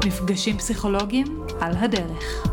מפגשים פסיכולוגיים על הדרך.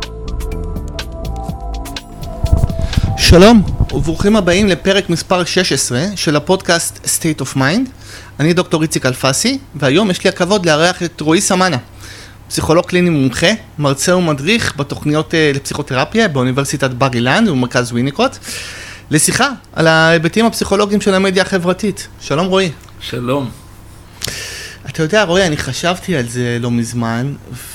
שלום וברוכים הבאים לפרק מספר 16 של הפודקאסט State of Mind. אני דוקטור איציק אלפסי, והיום יש לי הכבוד לארח את רועי סמנה, פסיכולוג קליני מומחה, מרצה ומדריך בתוכניות לפסיכותרפיה באוניברסיטת בר אילן ובמרכז ויניקוט, לשיחה על ההיבטים הפסיכולוגיים של המדיה החברתית. שלום רועי. שלום. אתה יודע רועי, אני חשבתי על זה לא מזמן,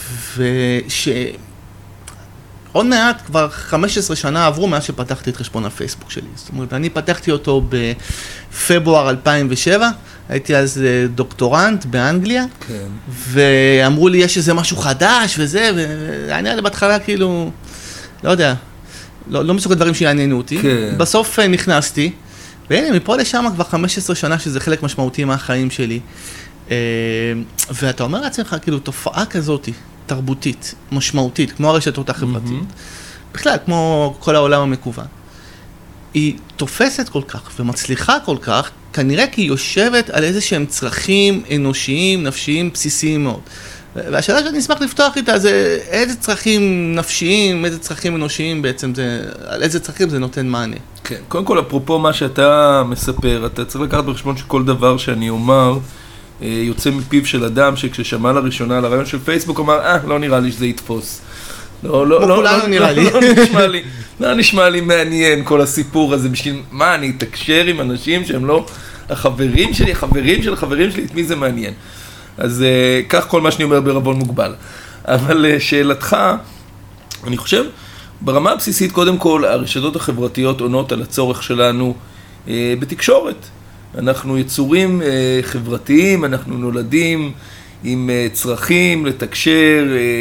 עוד מעט כבר 15 שנה עברו מאז שפתחתי את חשבון הפייסבוק שלי. זאת אומרת, אני פתחתי אותו בפברואר 2007, הייתי אז דוקטורנט באנגליה, כן. ואמרו לי יש איזה משהו חדש וזה, ואני היה בהתחלה כאילו, לא יודע, לא מסוג הדברים שיעניינו אותי. כן. בסוף נכנסתי, והנה מפה לשם כבר 15 שנה שזה חלק משמעותי מהחיים שלי. ואתה אומר לעצמך כאילו תופעה כזאת, תרבותית, משמעותית, כמו הרשתות החברתיות, בכלל, כמו כל העולם המקוון, היא תופסת כל כך ומצליחה כל כך, כנראה כי היא יושבת על איזה שהם צרכים אנושיים, נפשיים, בסיסיים מאוד. והשאלה שאני אשמח לפתוח איתה זה איזה צרכים נפשיים, איזה צרכים אנושיים בעצם זה, על איזה צרכים זה נותן מענה. כן, קודם כל, אפרופו מה שאתה מספר, אתה צריך לקחת בחשבון שכל דבר שאני אומר, יוצא מפיו של אדם שכששמע לראשונה על הרעיון של פייסבוק אמר, לא נראה לי שזה יתפוס. כולנו נראה לי. לא נשמע לי מעניין כל הסיפור הזה, בשביל מה אני אתקשר עם אנשים שהם לא החברים שלי, החברים של החברים שלי, את מי זה מעניין. אז כך כל מה שאני אומר בערבון מוגבל. אבל שאלתך, אני חושב, ברמה הבסיסית קודם כל, הרשתות החברתיות עונות על הצורך שלנו בתקשורת. אנחנו יצורים חברתיים, אנחנו נולדים עם צרכים, לתקשר,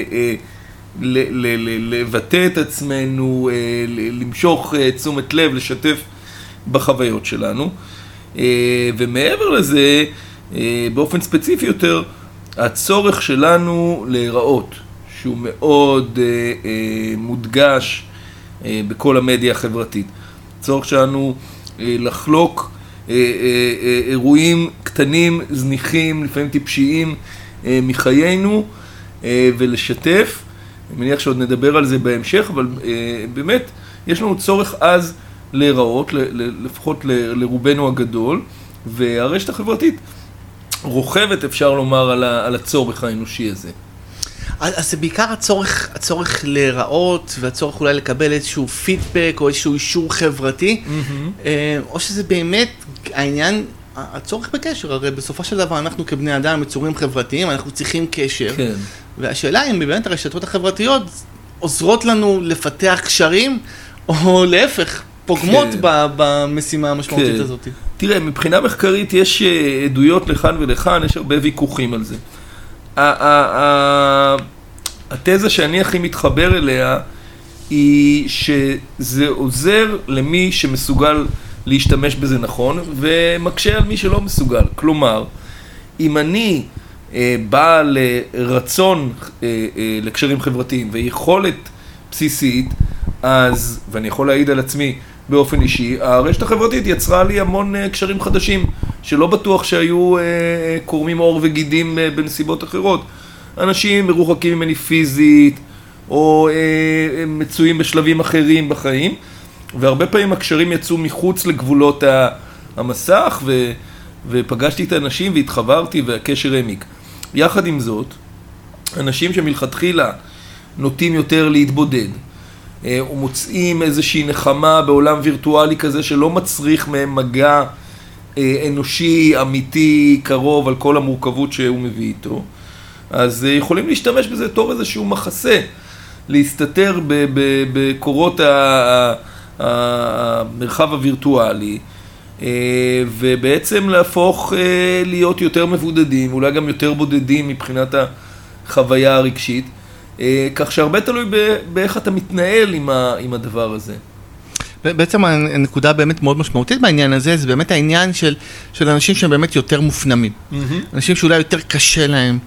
לבטא את עצמנו, למשוך תשומת לב, לשתף בחוויות שלנו. ומעבר לזה, באופן ספציפי יותר, הצורך שלנו להיראות, שהוא מאוד מודגש בכל המדיה החברתית. הצורך שלנו לחלוק אירועים קטנים, זניחים, לפעמים טיפשיים מחיינו, ולשתף. אני מניח שעוד נדבר על זה בהמשך, אבל באמת יש לנו צורך אז להיראות, לפחות לרובנו הגדול, והרשת החברתית רוכבת, אפשר לומר, על הצורך האנושי הזה. אז זה בעיקר הצורך להיראות, והצורך אולי לקבל איזשהו פידבק או איזשהו אישור חברתי, או שזה באמת העניין, הצורך בקשר. הרי בסופו של דבר אנחנו כבני אדם יצורים חברתיים, אנחנו צריכים קשר. כן. והשאלה אם באמת הרשתות החברתיות עוזרות לנו לפתח קשרים, או להפך, פוגמות במשימה המשמעותית הזאת. תראה, מבחינה מחקרית יש עדויות לכאן ולכאן, יש הרבה ויכוחים על זה. התזה שאני הכי מתחבר אליה היא שזה עוזר למי שמסוגל להשתמש בזה נכון ומקשה על מי שלא מסוגל. כלומר, אם אני בעל רצון לקשרים חברתיים ויכולת בסיסית, אז, ואני יכול להעיד על עצמי באופן אישי, הרשת החברתית יצרה לי המון קשרים חדשים שלא בטוח שהיו קורמים עור וגידים בנסיבות אחרות. אנשים מרוחקים ממני פיזית, או מצויים בשלבים אחרים בחיים, והרבה פעמים הקשרים יצאו מחוץ לגבולות המסך, ופגשתי את האנשים והתחברתי והקשר העמיק. יחד עם זאת, אנשים שמלכתחילה נוטים יותר להתבודד, ומוצאים איזושהי נחמה בעולם וירטואלי כזה שלא מצריך מהם מגע אנושי, אמיתי, קרוב על כל המורכבות שהוא מביא איתו, אז יכולים להשתמש בזה תור איזשהו מחסה, להסתתר בקורות המרחב הווירטואלי, ובעצם להפוך להיות יותר מבודדים, אולי גם יותר בודדים מבחינת החוויה הרגשית, כך שהרבה תלוי באיך אתה מתנהל עם הדבר הזה. בעצם הנקודה באמת מאוד משמעותית בעניין הזה, זה באמת העניין של אנשים שהם באמת יותר מופנמים. אנשים שאולי יותר קשה להם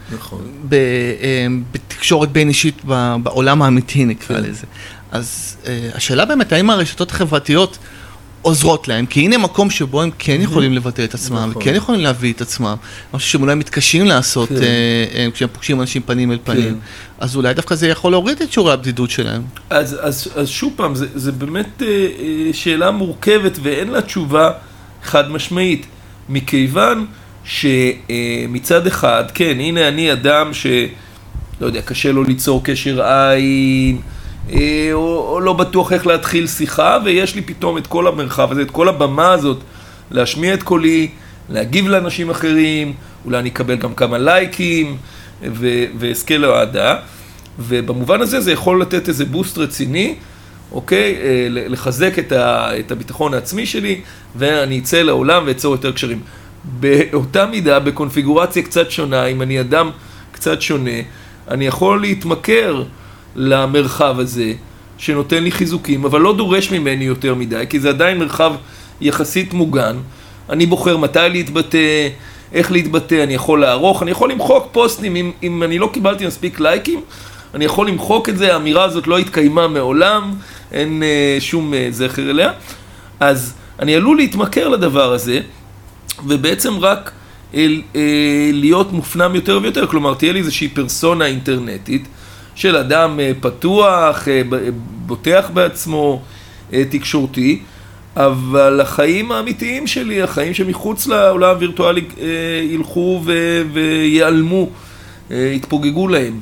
בתקשורת בין אישית בעולם האמיתי נקרא לזה. אז השאלה באמת, האם הרשתות החברתיות עוזרות להם, כי הנה מקום שבו הם כן יכולים לבטא את עצמם, וכן יכולים להביא את עצמם, משהו שהם אולי מתקשים לעשות כשהם פוגשים אנשים פנים אל פנים, אז אולי דווקא זה יכול להוריד את שיעורי הבדידות שלהם. אז שוב פעם, זה באמת שאלה מורכבת ואין לה תשובה חד משמעית, מכיוון שמצד אחד, כן, הנה אני אדם לא יודע, קשה לו ליצור קשר עין, או לא בטוח איך להתחיל שיחה, ויש לי פתאום את כל המרחב הזה, את כל הבמה הזאת, להשמיע את קולי, להגיב לאנשים אחרים, אולי אני אקבל גם כמה לייקים, ואזכה להועדה, ובמובן הזה זה יכול לתת איזה בוסט רציני, אוקיי? לחזק את הביטחון העצמי שלי, ואני אצא לעולם ואצור יותר קשרים. באותה מידה, בקונפיגורציה קצת שונה, אם אני אדם קצת שונה, אני יכול להתמכר למרחב הזה, שנותן לי חיזוקים, אבל לא דורש ממני יותר מדי, כי זה עדיין מרחב יחסית מוגן. אני בוחר מתי להתבטא, איך להתבטא, אני יכול לערוך, אני יכול למחוק פוסטים, אם אני לא קיבלתי מספיק לייקים, אני יכול למחוק את זה, האמירה הזאת לא התקיימה מעולם, אין שום זכר אליה. אז אני עלול להתמכר לדבר הזה, ובעצם רק להיות מופנם יותר ויותר, כלומר תהיה לי איזושהי פרסונה אינטרנטית של אדם פתוח, בוטח בעצמו, תקשורתי, אבל החיים האמיתיים שלי, החיים שמחוץ לעולם הווירטואלי ילכו ויעלמו, יתפוגגו להם.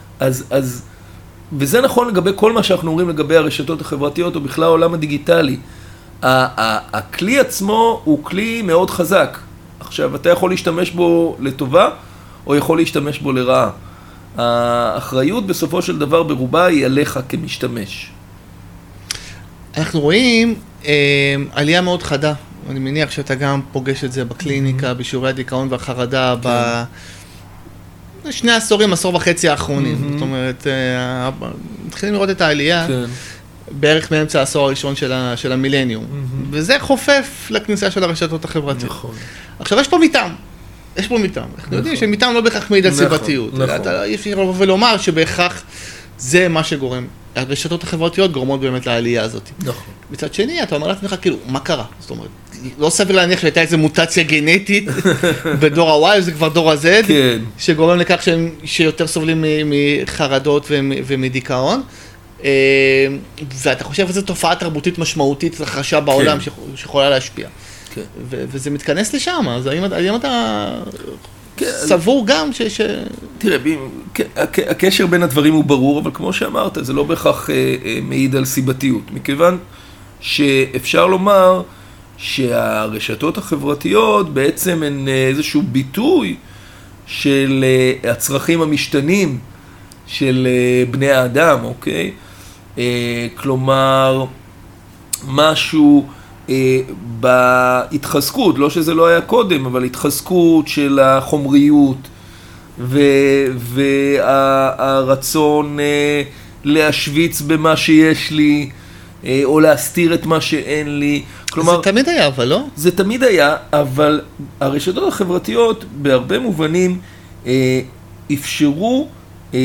וזה נכון לגבי כל מה שאנחנו אומרים לגבי הרשתות החברתיות או בכלל העולם הדיגיטלי. הכלי עצמו הוא כלי מאוד חזק. עכשיו, אתה יכול להשתמש בו לטובה, או יכול להשתמש בו לרעה. האחריות בסופו של דבר ברובה היא עליך כמשתמש. אנחנו רואים עלייה מאוד חדה. אני מניח שאתה גם פוגש את זה בקליניקה, בשיעורי הדיכאון והחרדה, בשני עשורים, עשור וחצי האחרונים. זאת אומרת, מתחילים לראות את העלייה. בערך מאמצע העשור הראשון של המילניום. וזה חופף לכניסה של הרשתות החברתיות. נכון. עכשיו, יש פה מטעם. אנחנו יודעים שמטעם לא בהכרח מעיד על סיבתיות. אי אפשר לבוא ולומר שבהכרח זה מה שגורם. הרשתות החברתיות גורמות באמת לעלייה הזאת. נכון. מצד שני, אתה אומר לעצמך, כאילו, מה קרה? זאת אומרת, לא סביר להניח שהייתה איזו מוטציה גנטית בדור ה-Y, זה כבר דור ה-Z, שגורם לכך שיותר סובלים מחרדות ומדיכאון. ואתה חושב שזו תופעה תרבותית משמעותית לחרשה בעולם שיכולה להשפיע. וזה מתכנס לשם, אז האם אתה סבור גם תראה, הקשר בין הדברים הוא ברור, אבל כמו שאמרת, זה לא בהכרח מעיד על סיבתיות, מכיוון שאפשר לומר שהרשתות החברתיות בעצם הן איזשהו ביטוי של הצרכים המשתנים של בני האדם, אוקיי? כלומר, משהו בהתחזקות, לא שזה לא היה קודם, אבל התחזקות של החומריות והרצון להשוויץ במה שיש לי, או להסתיר את מה שאין לי. כלומר, זה תמיד היה, אבל לא? זה תמיד היה, אבל הרשתות החברתיות בהרבה מובנים אפשרו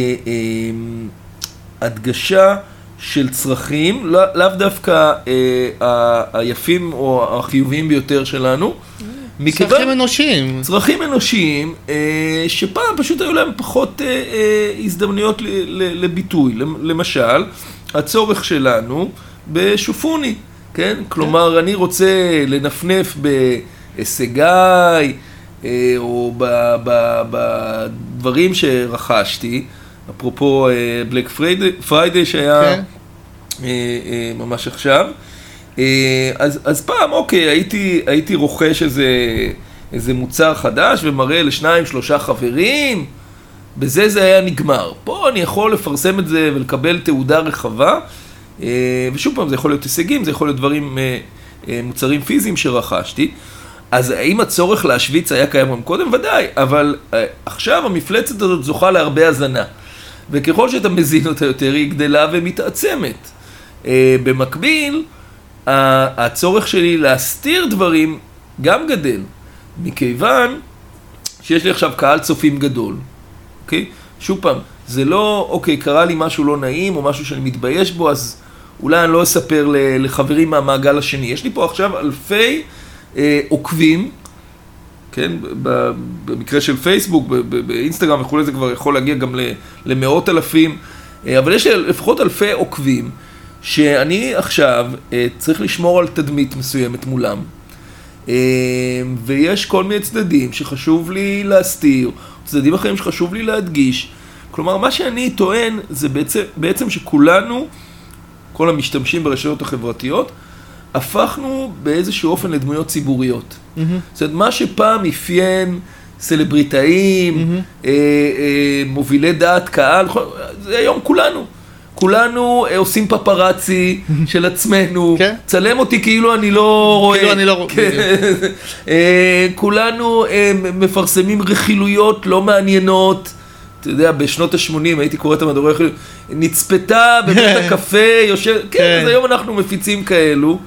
הדגשה של צרכים, לאו דווקא היפים או החיוביים ביותר שלנו. צרכים אנושיים. צרכים אנושיים, שפעם פשוט היו להם פחות הזדמנויות לביטוי. למשל, הצורך שלנו בשופוני, כן? כלומר, אני רוצה לנפנף בהישגיי, או בדברים שרכשתי, אפרופו בלק פריידי שהיה ממש עכשיו, אז פעם, אוקיי, הייתי רוכש איזה מוצר חדש ומראה לשניים, שלושה חברים, בזה זה היה נגמר. פה אני יכול לפרסם את זה ולקבל תעודה רחבה, ושוב פעם, זה יכול להיות הישגים, זה יכול להיות דברים, מוצרים פיזיים שרכשתי. אז האם הצורך להשוויץ היה קיים גם קודם? ודאי, אבל עכשיו המפלצת הזאת זוכה להרבה הזנה. וככל שאתה מזין אותה יותר, היא גדלה ומתעצמת. במקביל, הצורך שלי להסתיר דברים גם גדל, מכיוון שיש לי עכשיו קהל צופים גדול. אוקיי? שוב פעם, זה לא, אוקיי, קרה לי משהו לא נעים או משהו שאני מתבייש בו, אז אולי אני לא אספר לחברים מהמעגל השני. יש לי פה עכשיו אלפי עוקבים, כן, במקרה של פייסבוק, באינסטגרם וכו', זה כבר יכול להגיע גם למאות אלפים, אבל יש לי לפחות אלפי עוקבים, שאני עכשיו צריך לשמור על תדמית מסוימת מולם. ויש כל מיני צדדים שחשוב לי להסתיר, צדדים אחרים שחשוב לי להדגיש. כלומר, מה שאני טוען זה בעצם שכולנו, כל המשתמשים ברשתות החברתיות, הפכנו באיזשהו אופן לדמויות ציבוריות. זאת אומרת, מה שפעם אפיין סלבריטאים, מובילי דעת קהל, זה היום כולנו. כולנו עושים פפרצי של עצמנו, צלם אותי כאילו אני לא רואה. כאילו אני לא רואה. כולנו מפרסמים רכילויות לא מעניינות. אתה יודע, בשנות ה-80 הייתי קורא את המדורי רכילויות. נצפתה בבית הקפה, יושב... כן, אז היום אנחנו מפיצים כאלו.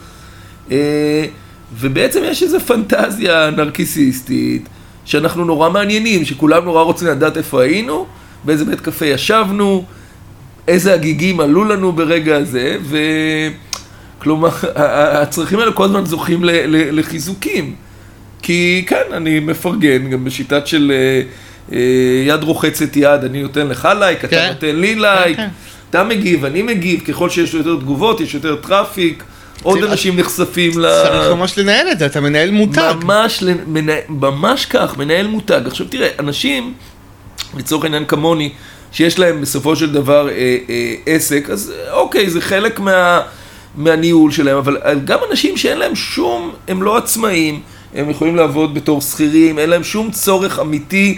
ובעצם יש איזו פנטזיה נרקיסיסטית, שאנחנו נורא מעניינים, שכולם נורא רוצים לדעת איפה היינו, באיזה בית קפה ישבנו, איזה הגיגים עלו לנו ברגע הזה, וכלומר, הצרכים האלה כל הזמן זוכים לחיזוקים. כי כן, אני מפרגן, גם בשיטת של יד רוחצת יד, אני נותן לך לייק, אתה נותן לי לייק, אתה מגיב, אני מגיב, ככל שיש יותר תגובות, יש יותר טראפיק, עוד אנשים נחשפים צריך ממש לנהל את זה, אתה מנהל מותג. ממש כך, מנהל מותג. עכשיו תראה, אנשים, לצורך העניין כמוני, שיש להם בסופו של דבר עסק, אז אוקיי, זה חלק מהניהול שלהם, אבל גם אנשים שאין להם שום, הם לא עצמאים, הם יכולים לעבוד בתור שכירים, אין להם שום צורך אמיתי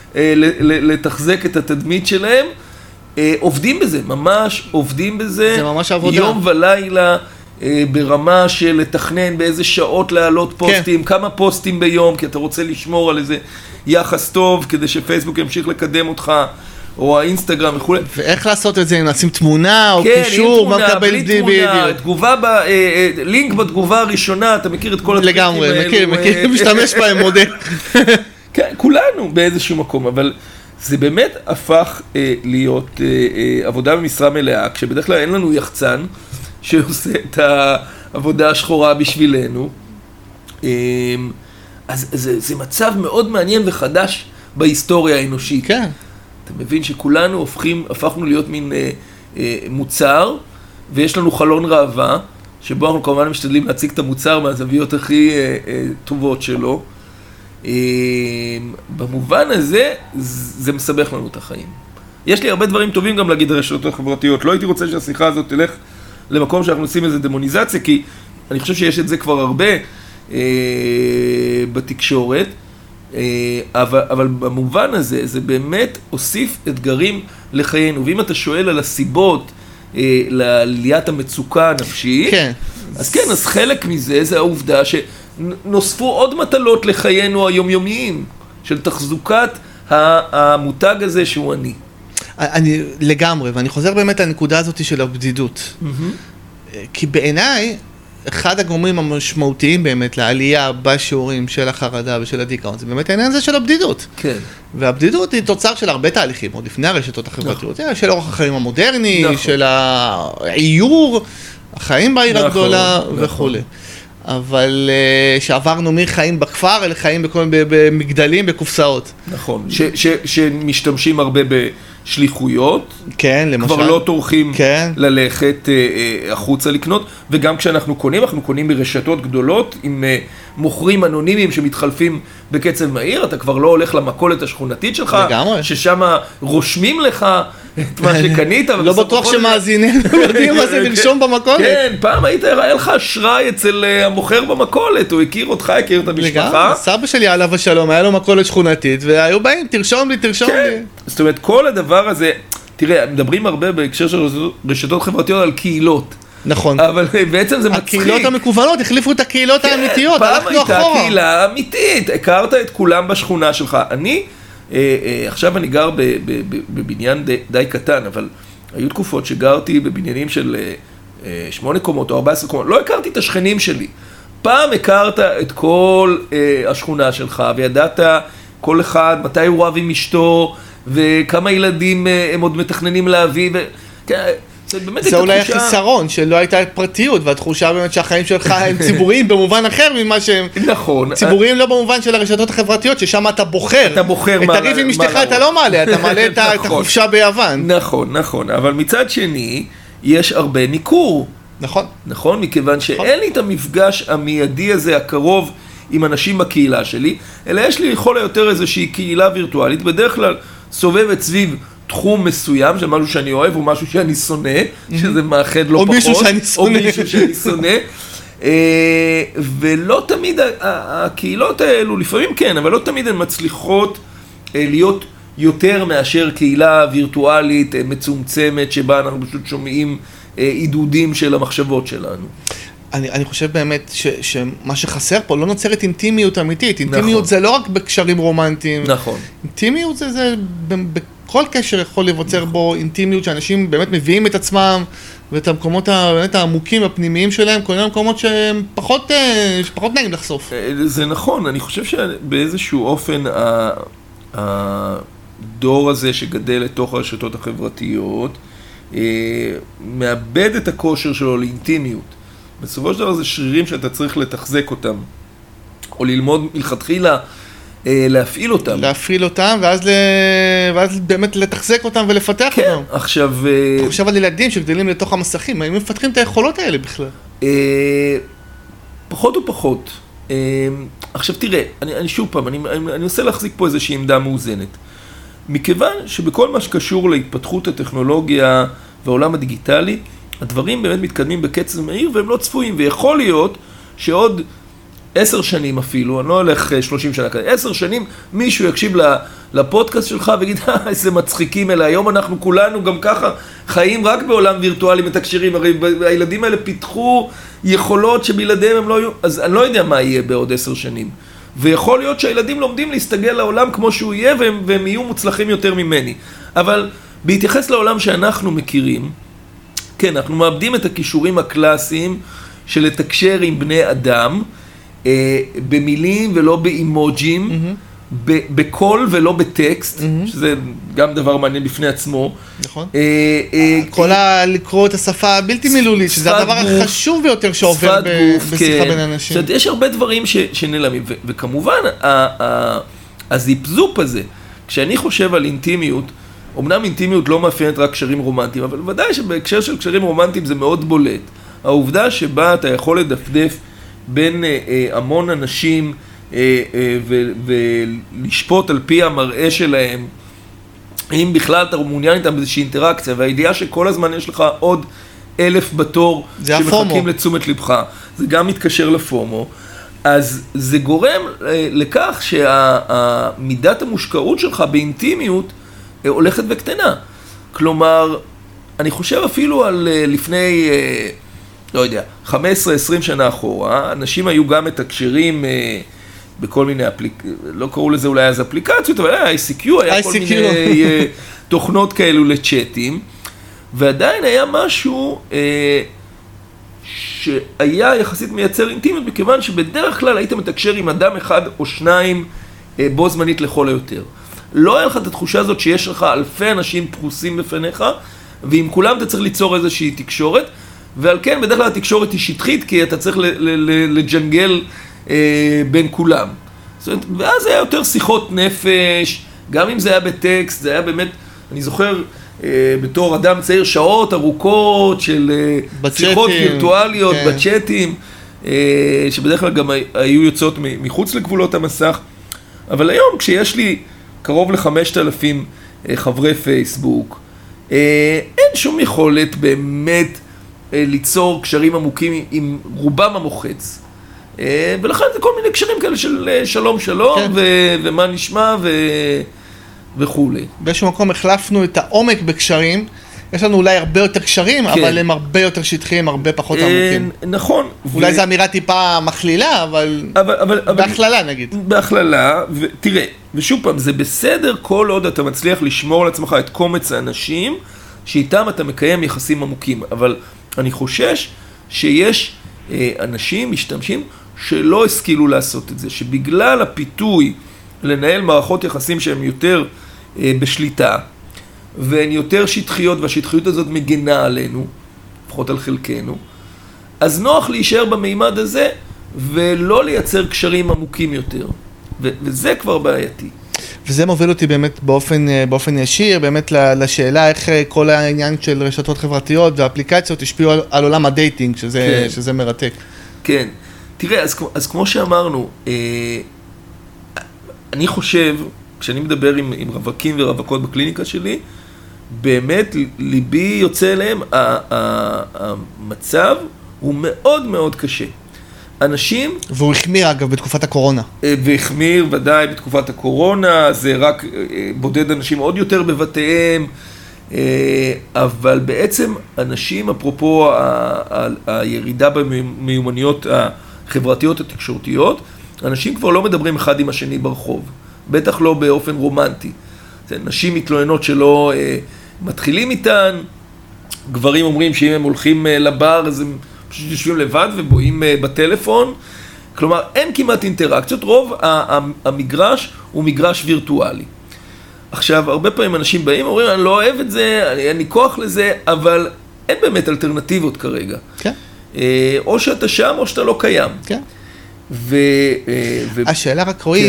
לתחזק את התדמית שלהם, עובדים בזה, ממש עובדים בזה. זה ממש עבודה. יום ולילה, ברמה של לתכנן באיזה שעות להעלות פוסטים, כמה פוסטים ביום, כי אתה רוצה לשמור על איזה יחס טוב, כדי שפייסבוק ימשיך לקדם אותך, או האינסטגרם וכו'. ואיך לעשות את זה? אם נשים תמונה או קישור, מה מקבל תגובה, לינק בתגובה הראשונה, אתה מכיר את כל הטריקים האלו. לגמרי, מכיר, משתמש בהם מודל. כן, כולנו באיזשהו מקום, אבל זה באמת הפך להיות עבודה במשרה מלאה, כשבדרך כלל אין לנו יחצן שעושה את העבודה השחורה בשבילנו. אז זה מצב מאוד מעניין וחדש בהיסטוריה האנושית. כן. אתה מבין שכולנו הפכנו להיות מין מוצר, ויש לנו חלון ראווה, שבו אנחנו כמובן משתדלים להציג את המוצר מהזוויות הכי טובות שלו. במובן הזה, זה מסבך לנו את החיים. יש לי הרבה דברים טובים גם להגיד הרשתות החברתיות. לא הייתי רוצה שהשיחה הזאת תלך למקום שאנחנו עושים איזו דמוניזציה, כי אני חושב שיש את זה כבר הרבה בתקשורת, אבל במובן הזה, זה באמת הוסיף אתגרים לחיינו. ואם אתה שואל על הסיבות לעליית המצוקה הנפשית, כן. אז כן, אז חלק מזה זה העובדה שנוספו עוד מטלות לחיינו היומיומיים, של תחזוקת המותג הזה שהוא אני. אני לגמרי, ואני חוזר באמת לנקודה הזאת של הבדידות. כי בעיניי, אחד הגורמים המשמעותיים באמת לעלייה בשיעורים של החרדה ושל הדיכאון, זה באמת העניין הזה של הבדידות. כן. והבדידות היא תוצר של הרבה תהליכים, עוד לפני הרשתות החברתיות, של אורח החיים המודרני, של העיור, החיים בעיר הגדולה וכו'. אבל שעברנו מחיים בכפר אל חיים במגדלים, בקופסאות. נכון, שמשתמשים הרבה בשליחויות, כן, למשל. כבר לא טורחים ללכת החוצה לקנות, וגם כשאנחנו קונים, אנחנו קונים ברשתות גדולות, עם מוכרים אנונימיים שמתחלפים בקצב מהיר, אתה כבר לא הולך למכולת השכונתית שלך, ששם רושמים לך את מה שקנית. לא בטוח שמאזינים, יודעים מה זה לרשום במכולת. כן, פעם היה לך אשראי אצל המוכר במכולת, הוא הכיר אותך, הכיר את המשפחה. סבא שלי עליו השלום, היה לו מכולת שכונתית, והיו באים, תרשום לי. זאת אומרת, כל הדבר הזה, תראה, מדברים הרבה בהקשר של רשתות חברתיות על קהילות. נכון. אבל בעצם זה מצחיק. הקהילות המקוונות החליפו את הקהילות האמיתיות. פעם הייתה קהילה אמיתית, הכרת את כולם בשכונה שלך. עכשיו אני גר בבניין די קטן, אבל היו תקופות שגרתי בבניינים של 8 קומות או 14 קומות, לא הכרתי את השכנים שלי. פעם הכרת את כל השכונה שלך, וידעת כל אחד מתי הוא רב עם אשתו, וכמה ילדים הם עוד מתכננים להביא, זה אולי החיסרון, שלא הייתה פרטיות, והתחושה באמת שהחיים שלך הם ציבוריים במובן אחר ממה שהם... נכון. ציבוריים לא במובן של הרשתות החברתיות, ששם אתה בוחר. אתה בוחר את הריב עם אשתך אתה לא מעלה, אתה מעלה את החופשה ביוון. נכון, אבל מצד שני, יש הרבה ניכור. נכון, מכיוון שאין לי את המפגש המיידי הזה, הקרוב, עם אנשים בקהילה שלי, אלא יש לי לכל היותר איזושהי קהילה וירטואלית, בדרך כלל סובבת סביב תחום מסוים, של משהו שאני אוהב, או משהו שאני שונא, שזה מאחד לא פחות. או מישהו שאני שונא. ולא תמיד, הקהילות האלו, לפעמים כן, אבל לא תמיד הן מצליחות להיות יותר מאשר קהילה וירטואלית מצומצמת, שבה אנחנו פשוט שומעים עידודים של המחשבות שלנו. אני חושב באמת שמה שחסר פה לא נוצרת אינטימיות אמיתית. אינטימיות זה לא רק בקשרים רומנטיים. נכון. אינטימיות זה בכל קשר יכול לבוצר בו אינטימיות שאנשים באמת מביאים את עצמם ואת המקומות באמת העמוקים הפנימיים שלהם, כל מיני מקומות שהם פחות נעים לחשוף. זה נכון, אני חושב שבאיזשהו אופן הדור הזה שגדל לתוך הרשתות החברתיות מאבד את הכושר שלו לאינטימיות. בסופו של דבר זה שרירים שאתה צריך לתחזק אותם, או ללמוד מלכתחילה להפעיל אותם. להפעיל אותם, ואז באמת לתחזק אותם ולפתח אותם. כן, עכשיו... אתה חושב על ילדים שגדלים לתוך המסכים, האם מפתחים את היכולות האלה בכלל? פחות ופחות. עכשיו תראה, אני שוב פעם, אני רוצה להחזיק פה איזושהי עמדה מאוזנת. מכיוון שבכל מה שקשור להתפתחות הטכנולוגיה והעולם הדיגיטלי, הדברים באמת מתקדמים בקצב מהיר והם לא צפויים, ויכול להיות שעוד 10 שנים אפילו, אני לא הולך 30 שנה כזה, 10 שנים מישהו יקשיב לפודקאסט שלך ויגיד, איזה מצחיקים אלה, היום אנחנו כולנו גם ככה חיים רק בעולם וירטואלי מתקשרים, הרי הילדים האלה פיתחו יכולות שבלעדיהם הם לא יהיו, אז אני לא יודע מה יהיה בעוד 10 שנים. ויכול להיות שהילדים לומדים להסתגל לעולם כמו שהוא יהיה, והם יהיו מוצלחים יותר ממני. אבל בהתייחס לעולם שאנחנו מכירים, כן, אנחנו מאבדים את הכישורים הקלאסיים של לתקשר עם בני אדם, במילים ולא באימוג'ים, בקול ולא בטקסט, שזה גם דבר מעניין בפני עצמו. נכון. כל לקרוא את השפה הבלתי מילולית, שזה הדבר החשוב ביותר שעובר בשיחה בין אנשים. יש הרבה דברים שנעלמים, וכמובן, הזיפזופ הזה, כשאני חושב על אינטימיות, אמנם אינטימיות לא מאפיינת רק קשרים רומנטיים, אבל ודאי שבהקשר של קשרים רומנטיים זה מאוד בולט. העובדה שבה אתה יכול לדפדף בין המון אנשים ולשפוט על פי המראה שלהם, אם בכלל אתה מעוניין איתם באיזושהי אינטראקציה, והידיעה שכל הזמן יש לך עוד 1,000 בתור שמחכים לתשומת לבך, זה גם מתקשר לפומו, אז זה גורם לכך שהמידת המושקעות שלך באינטימיות הולכת וקטנה. כלומר, אני חושב אפילו על לפני, לא יודע, 15-20 שנה אחורה, אנשים היו גם מתקשרים בכל מיני לא קראו לזה אולי אז אפליקציות, אבל היה ICQ, היה כל מיני תוכנות כאלו לצ'אטים, ועדיין היה משהו שהיה יחסית מייצר אינטימיות, מכיוון שבדרך כלל היית מתקשר עם אדם אחד או שניים בו זמנית לכל היותר. לא היה לך את התחושה הזאת שיש לך אלפי אנשים פרוסים בפניך, ועם כולם אתה צריך ליצור איזושהי תקשורת, ועל כן בדרך כלל התקשורת היא שטחית, כי אתה צריך לג'נגל בין כולם. זאת אומרת, ואז היה יותר שיחות נפש, גם אם זה היה בטקסט, זה היה באמת, אני זוכר בתור אדם צעיר שעות ארוכות של שיחות וירטואליות, בצ'אטים, שבדרך כלל גם היו יוצאות מחוץ לגבולות המסך. אבל היום כשיש לי קרוב ל5,000 חברי פייסבוק, אין שום יכולת באמת ליצור קשרים עמוקים עם רובם המוחץ. ולכן זה כל מיני קשרים כאלה של שלום שלום, ומה נשמע וכולי. באיזשהו מקום החלפנו את העומק בקשרים, יש לנו אולי הרבה יותר קשרים, אבל הם הרבה יותר שטחיים, הרבה פחות עמוקים. נכון. אולי זו אמירה טיפה מכלילה, אבל בהכללה נגיד. בהכללה, ותראה, ושוב פעם, זה בסדר כל עוד אתה מצליח לשמור על עצמך את קומץ האנשים, שאיתם אתה מקיים יחסים עמוקים, אבל אני חושש שיש אנשים, משתמשים, שלא השכילו לעשות את זה, שבגלל הפיתוי לנהל מערכות יחסים שהם יותר בשליטה, והן יותר שטחיות, והשטחיות הזאת מגנה עלינו, לפחות על חלקנו, אז נוח להישאר במימד הזה, ולא לייצר קשרים עמוקים יותר. וזה כבר בעייתי. וזה מוביל אותי באמת באופן ישיר, באמת לשאלה איך כל העניין של רשתות חברתיות ואפליקציות השפיעו על עולם הדייטינג, שזה מרתק. כן. תראה, אז כמו שאמרנו, אני חושב, כשאני מדבר עם רווקים ורווקות בקליניקה שלי, באמת ליבי יוצא אליהם, המצב הוא מאוד מאוד קשה. אנשים... והוא החמיר אגב בתקופת הקורונה. והחמיר ודאי בתקופת הקורונה, זה רק בודד אנשים עוד יותר בבתיהם, אבל בעצם אנשים, אפרופו הירידה במיומנויות החברתיות התקשורתיות, אנשים כבר לא מדברים אחד עם השני ברחוב, בטח לא באופן רומנטי. נשים מתלוננות שלא מתחילים איתן, גברים אומרים שאם הם הולכים לבר אז הם פשוט יושבים לבד ובואים בטלפון, כלומר אין כמעט אינטראקציות, רוב המגרש הוא מגרש וירטואלי. עכשיו, הרבה פעמים אנשים באים ואומרים, אני לא אוהב את זה, אין לי כוח לזה, אבל אין באמת אלטרנטיבות כרגע. כן. או שאתה שם או שאתה לא קיים. כן. השאלה רק רואי,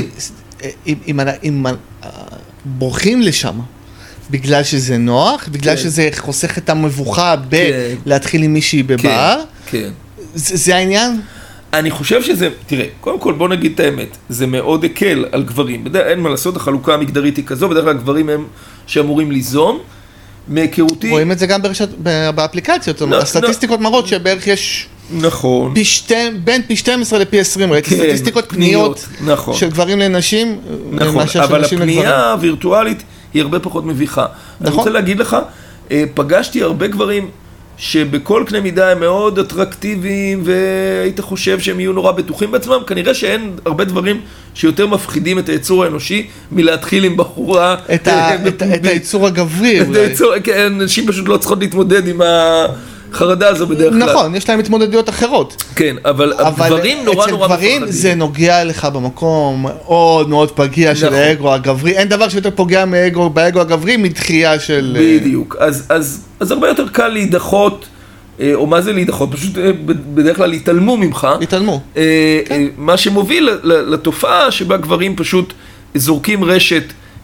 אם בורחים לשם, בגלל שזה נוח, בגלל שזה חוסך את המבוכה להתחיל עם מישהי בבר, זה העניין? אני חושב שזה, תראה, קודם כל בוא נגיד את האמת, זה מאוד הקל על גברים, אין מה לעשות, החלוקה המגדרית היא כזו, בדרך כלל הגברים הם שאמורים ליזום, מהיכרותי... רואים את זה גם באפליקציות, הסטטיסטיקות מראות שבערך יש... נכון. בין פי 12 לפי 20, ראיתי סטטיסטיקות פניות של גברים לנשים, נכון, אבל הפנייה הווירטואלית היא הרבה פחות מביכה. אני רוצה להגיד לך, פגשתי הרבה גברים שבכל קנה מידה הם מאוד אטרקטיביים, והיית חושב שהם יהיו נורא בטוחים בעצמם, כנראה שאין הרבה דברים שיותר מפחידים את היצור האנושי מלהתחיל עם בחורה. את היצור הגברי אולי. כן, נשים פשוט לא צריכות להתמודד עם החרדה הזו בדרך כלל. נכון, יש להם התמודדויות אחרות. כן, אבל הגברים נורא נורא מפחדים. אצל גברים זה נוגע לך במקום מאוד מאוד פגיע של האגו הגברי. אין דבר שיותר פוגע באגו הגברי מדחייה של... בדיוק. אז הרבה יותר קל להידחות, או מה זה להידחות? פשוט בדרך כלל להתעלמו ממך. להתעלמו. מה שמוביל לתופעה שבה גברים פשוט זורקים רשת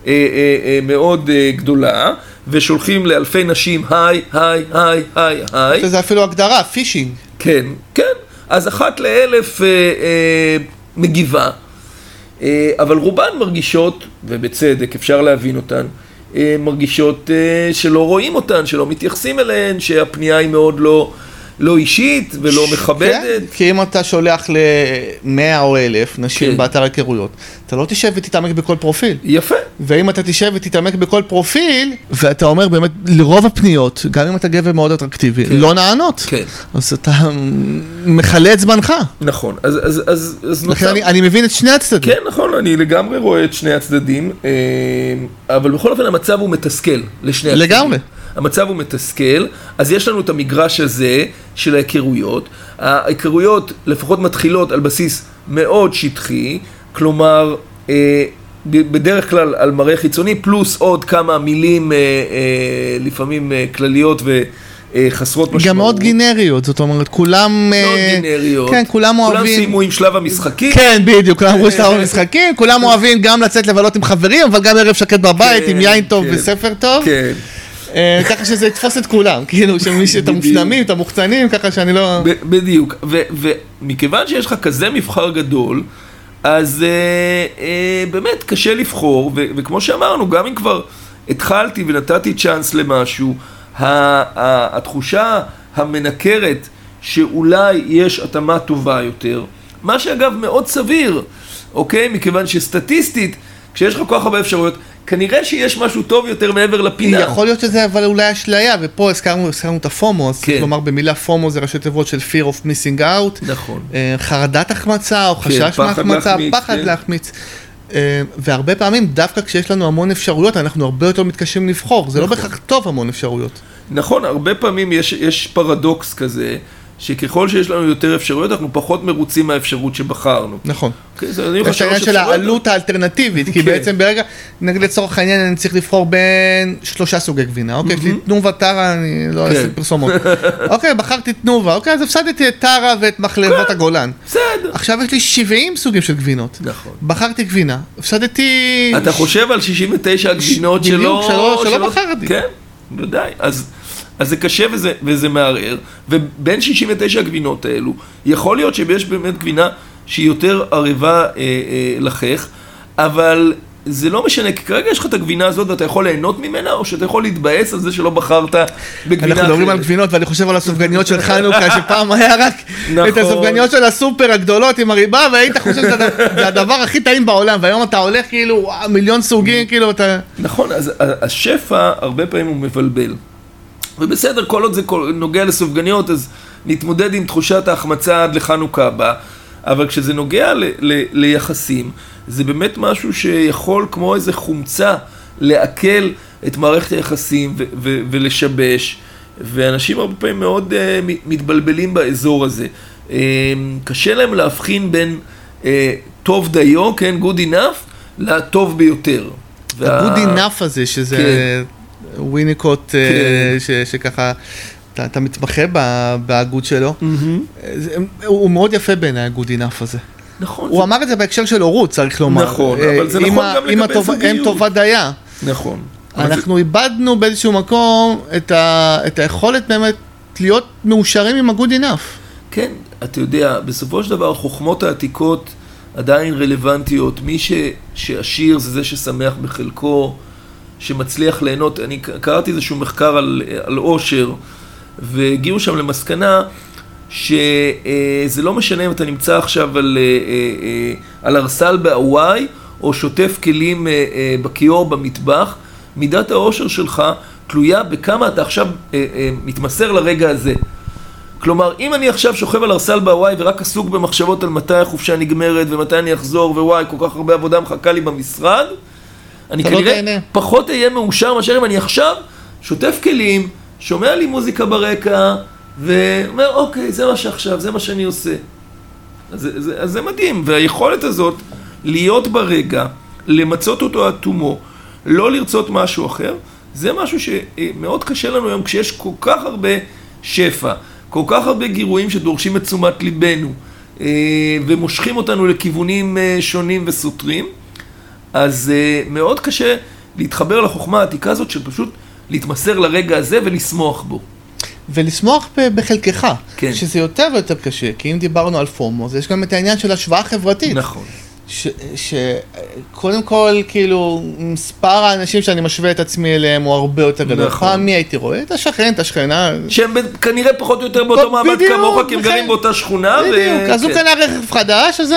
מאוד גדולה, ושולחים לאלפי נשים, היי, היי, היי, היי, היי. זה אפילו הגדרה, פישינג. כן, כן. אז 1 ל-1000 מגיבה, אבל רובן מרגישות, ובצדק אפשר להבין אותן, מרגישות שלא רואים אותן, שלא מתייחסים אליהן, שהפנייה היא מאוד לא אישית ולא מכבדת. כן, כי אם אתה שולח ל-100 או 1,000 נשים באתר היכרויות, אתה לא תשב ותתעמק בכל פרופיל. יפה. ואם אתה תשב ותתעמק בכל פרופיל, ואתה אומר באמת, לרוב הפניות, גם אם אתה גבר מאוד אטרקטיבי, לא נענות. כן. אז אתה מחלה את זמנך. נכון. אז אני מבין את שני הצדדים. כן, נכון, אני לגמרי רואה את שני הצדדים, אבל בכל אופן המצב הוא מתסכל לשני הצדדים. לגמרי. המצב הוא מתסכל, אז יש לנו את המגרש הזה של ההיכרויות. ההיכרויות לפחות מתחילות על בסיס מאוד שטחי, כלומר, בדרך כלל על מראה חיצוני, פלוס עוד כמה מילים לפעמים כלליות וחסרות משמעות. גם מאוד גנריות, זאת אומרת, כולם... מאוד גנריות. כן, כולם אוהבים... כולם סיימו עם שלב המשחקים. כן, בדיוק, כולם אמרו שלב המשחקים, כולם אוהבים גם לצאת לבלות עם חברים, אבל גם ערב שקט בבית, עם יין טוב וספר טוב. כן. ככה שזה יתפוס את כולם, כאילו שמי שאת המופנמים, את המוחצנים, ככה שאני לא... בדיוק, ומכיוון שיש לך כזה מבחר גדול, אז באמת קשה לבחור, וכמו שאמרנו, גם אם כבר התחלתי ונתתי צ'אנס למשהו, התחושה המנקרת שאולי יש התאמה טובה יותר, מה שאגב מאוד סביר, אוקיי? מכיוון שסטטיסטית, כשיש לך כל כך הרבה אפשרויות, כנראה שיש משהו טוב יותר מעבר לפינה. יכול להיות שזה אבל אולי אשליה, ופה הזכרנו את הפומו, אז כלומר במילה פומו זה ראשי תיבות של fear of missing out, נכון. חרדת החמצה או חשש מהחמצה, פחד להחמיץ. והרבה פעמים דווקא כשיש לנו המון אפשרויות, אנחנו הרבה יותר מתקשים לבחור, זה לא בהכרח טוב המון אפשרויות. נכון, הרבה פעמים יש פרדוקס כזה, שככל שיש לנו יותר אפשרויות, אנחנו פחות מרוצים מהאפשרות שבחרנו. נכון. יש העניין של העלות האלטרנטיבית, כי בעצם ברגע, נגיד לצורך העניין, אני צריך לבחור בין 3 סוגי גבינה, אוקיי, יש לי תנובה, טרה, אני לא אעשה פרסומות. אוקיי, בחרתי תנובה, אוקיי, אז הפסדתי את טרה ואת מחלבות הגולן. בסדר. עכשיו יש לי 70 סוגים של גבינות. נכון. בחרתי גבינה, הפסדתי... אתה חושב על 69 הגבינות שלא בחרתי. כן, ודאי. אז זה קשה וזה מערער, ובין 69 הגבינות האלו, יכול להיות שיש באמת גבינה שהיא יותר ערבה לחך, אבל זה לא משנה, כי כרגע יש לך את הגבינה הזאת ואתה יכול ליהנות ממנה, או שאתה יכול להתבאס על זה שלא בחרת בגבינה אחרת. אנחנו מדברים על גבינות, ואני חושב על הסופגניות של חנוכה, שפעם היה רק את הסופגניות של הסופר הגדולות עם הריבה, והיית חושב שזה הדבר הכי טעים בעולם, והיום אתה הולך כאילו, מיליון סוגים, כאילו אתה... נכון, אז השפע הרבה פעמים הוא מבלבל. ובסדר, כל עוד זה נוגע לסופגניות, אז נתמודד עם תחושת ההחמצה עד לחנוכה הבא, אבל כשזה נוגע ליחסים, זה באמת משהו שיכול כמו איזה חומצה לעכל את מערכת היחסים ולשבש, ואנשים הרבה פעמים מאוד מתבלבלים באזור הזה. קשה להם להבחין בין טוב דיו, כן, good enough, לטוב ביותר. ה-good enough הזה, שזה... כן. וויניקוט שככה אתה מתמחה בהגות שלו, הוא מאוד יפה בעיני הגוד אינף הזה. נכון. הוא אמר את זה בהקשר של הורות, צריך לומר. נכון, אבל זה נכון גם לגבי זוגיות. אם טובה דייה. נכון. אנחנו איבדנו באיזשהו מקום את היכולת באמת להיות מאושרים עם הגוד אינף. כן, אתה יודע, בסופו של דבר החוכמות העתיקות עדיין רלוונטיות. מי שעשיר זה זה ששמח בחלקו, שמצליח ליהנות. אני קראתי איזשהו מחקר על עושר, והגיעו שם למסקנה שזה לא משנה אם אתה נמצא עכשיו על ארסל בהוואי, או שוטף כלים בכיור במטבח, מידת העושר שלך תלויה בכמה אתה עכשיו מתמסר לרגע הזה. כלומר, אם אני עכשיו שוכב על ארסל בהוואי ורק עסוק במחשבות על מתי החופשה נגמרת ומתי אני אחזור ווואי, כל כך הרבה עבודה מחכה לי במשרד, אני כנראה פחות אהיה מאושר מאשר אם אני עכשיו שוטף כלים, שומע לי מוזיקה ברקע ואומר אוקיי, זה מה שעכשיו, זה מה שאני עושה. אז זה מדהים, והיכולת הזאת להיות ברגע, למצות אותו עד תומו, לא לרצות משהו אחר, זה משהו שמאוד קשה לנו היום כשיש כל כך הרבה שפע, כל כך הרבה גירויים שדורשים את תשומת ליבנו ומושכים אותנו לכיוונים שונים וסותרים. אז מאוד קשה להתחבר לחוכמה העתיקה הזאת של פשוט להתמסר לרגע הזה ולשמוח בו. ולשמוח בחלקך, כן. שזה יותר ויותר קשה, כי אם דיברנו על פומו, אז יש גם את העניין של השוואה חברתית. נכון. שקודם כל, כאילו, מספר האנשים שאני משווה את עצמי אליהם הוא הרבה יותר גדול. נכון. פעם מי הייתי רואה? את השכן, את השכנה. שהם כנראה פחות או יותר באותו מעמד כמוך, כי הם גרים באותה שכונה. בדיוק, אז הוא קנה רכב חדש, אז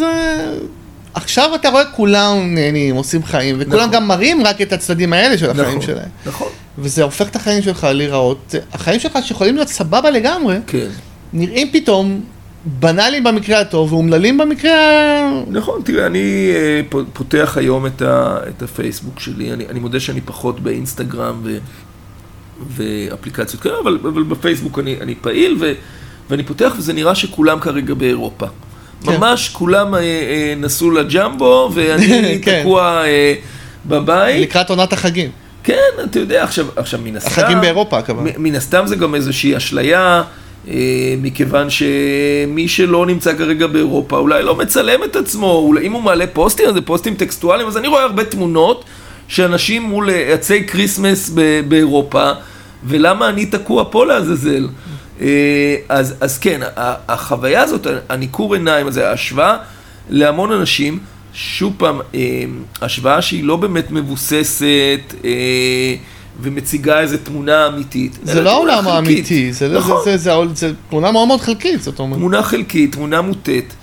עכשיו אתה רואה כולם נהנים, עושים חיים, וכולם גם מראים רק את הצדדים האלה של החיים שלהם. נכון. וזה הופך את החיים שלך להיראות. החיים שלך שיכולים להיות סבבה לגמרי, נראים פתאום בנאליים במקרה הטוב, ואומללים במקרה... נכון, תראה, אני פותח היום את הפייסבוק שלי, אני מודה שאני פחות באינסטגרם ואפליקציות כאלה, אבל בפייסבוק אני פעיל, ואני פותח וזה נראה שכולם כרגע באירופה. ממש כולם נסעו לג'מבו, ואני תקוע בבית. לקראת עונת החגים. כן, אתה יודע, עכשיו מן הסתם... החגים באירופה, כמובן. מן הסתם זה גם איזושהי אשליה, מכיוון שמי שלא נמצא כרגע באירופה, אולי לא מצלם את עצמו, אולי אם הוא מעלה פוסטים, אז זה פוסטים טקסטואליים, אז אני רואה הרבה תמונות שאנשים מול עצי קריסמס באירופה, ולמה אני תקוע פה לעזאזל? אז כן, החוויה הזאת, הניכור עיניים הזה, ההשוואה להמון אנשים, שוב פעם, השוואה שהיא לא באמת מבוססת ומציגה איזו תמונה אמיתית. זה לא העולם האמיתי, זה תמונה מאוד מאוד חלקית, זאת אומרת. תמונה חלקית, תמונה מוטית,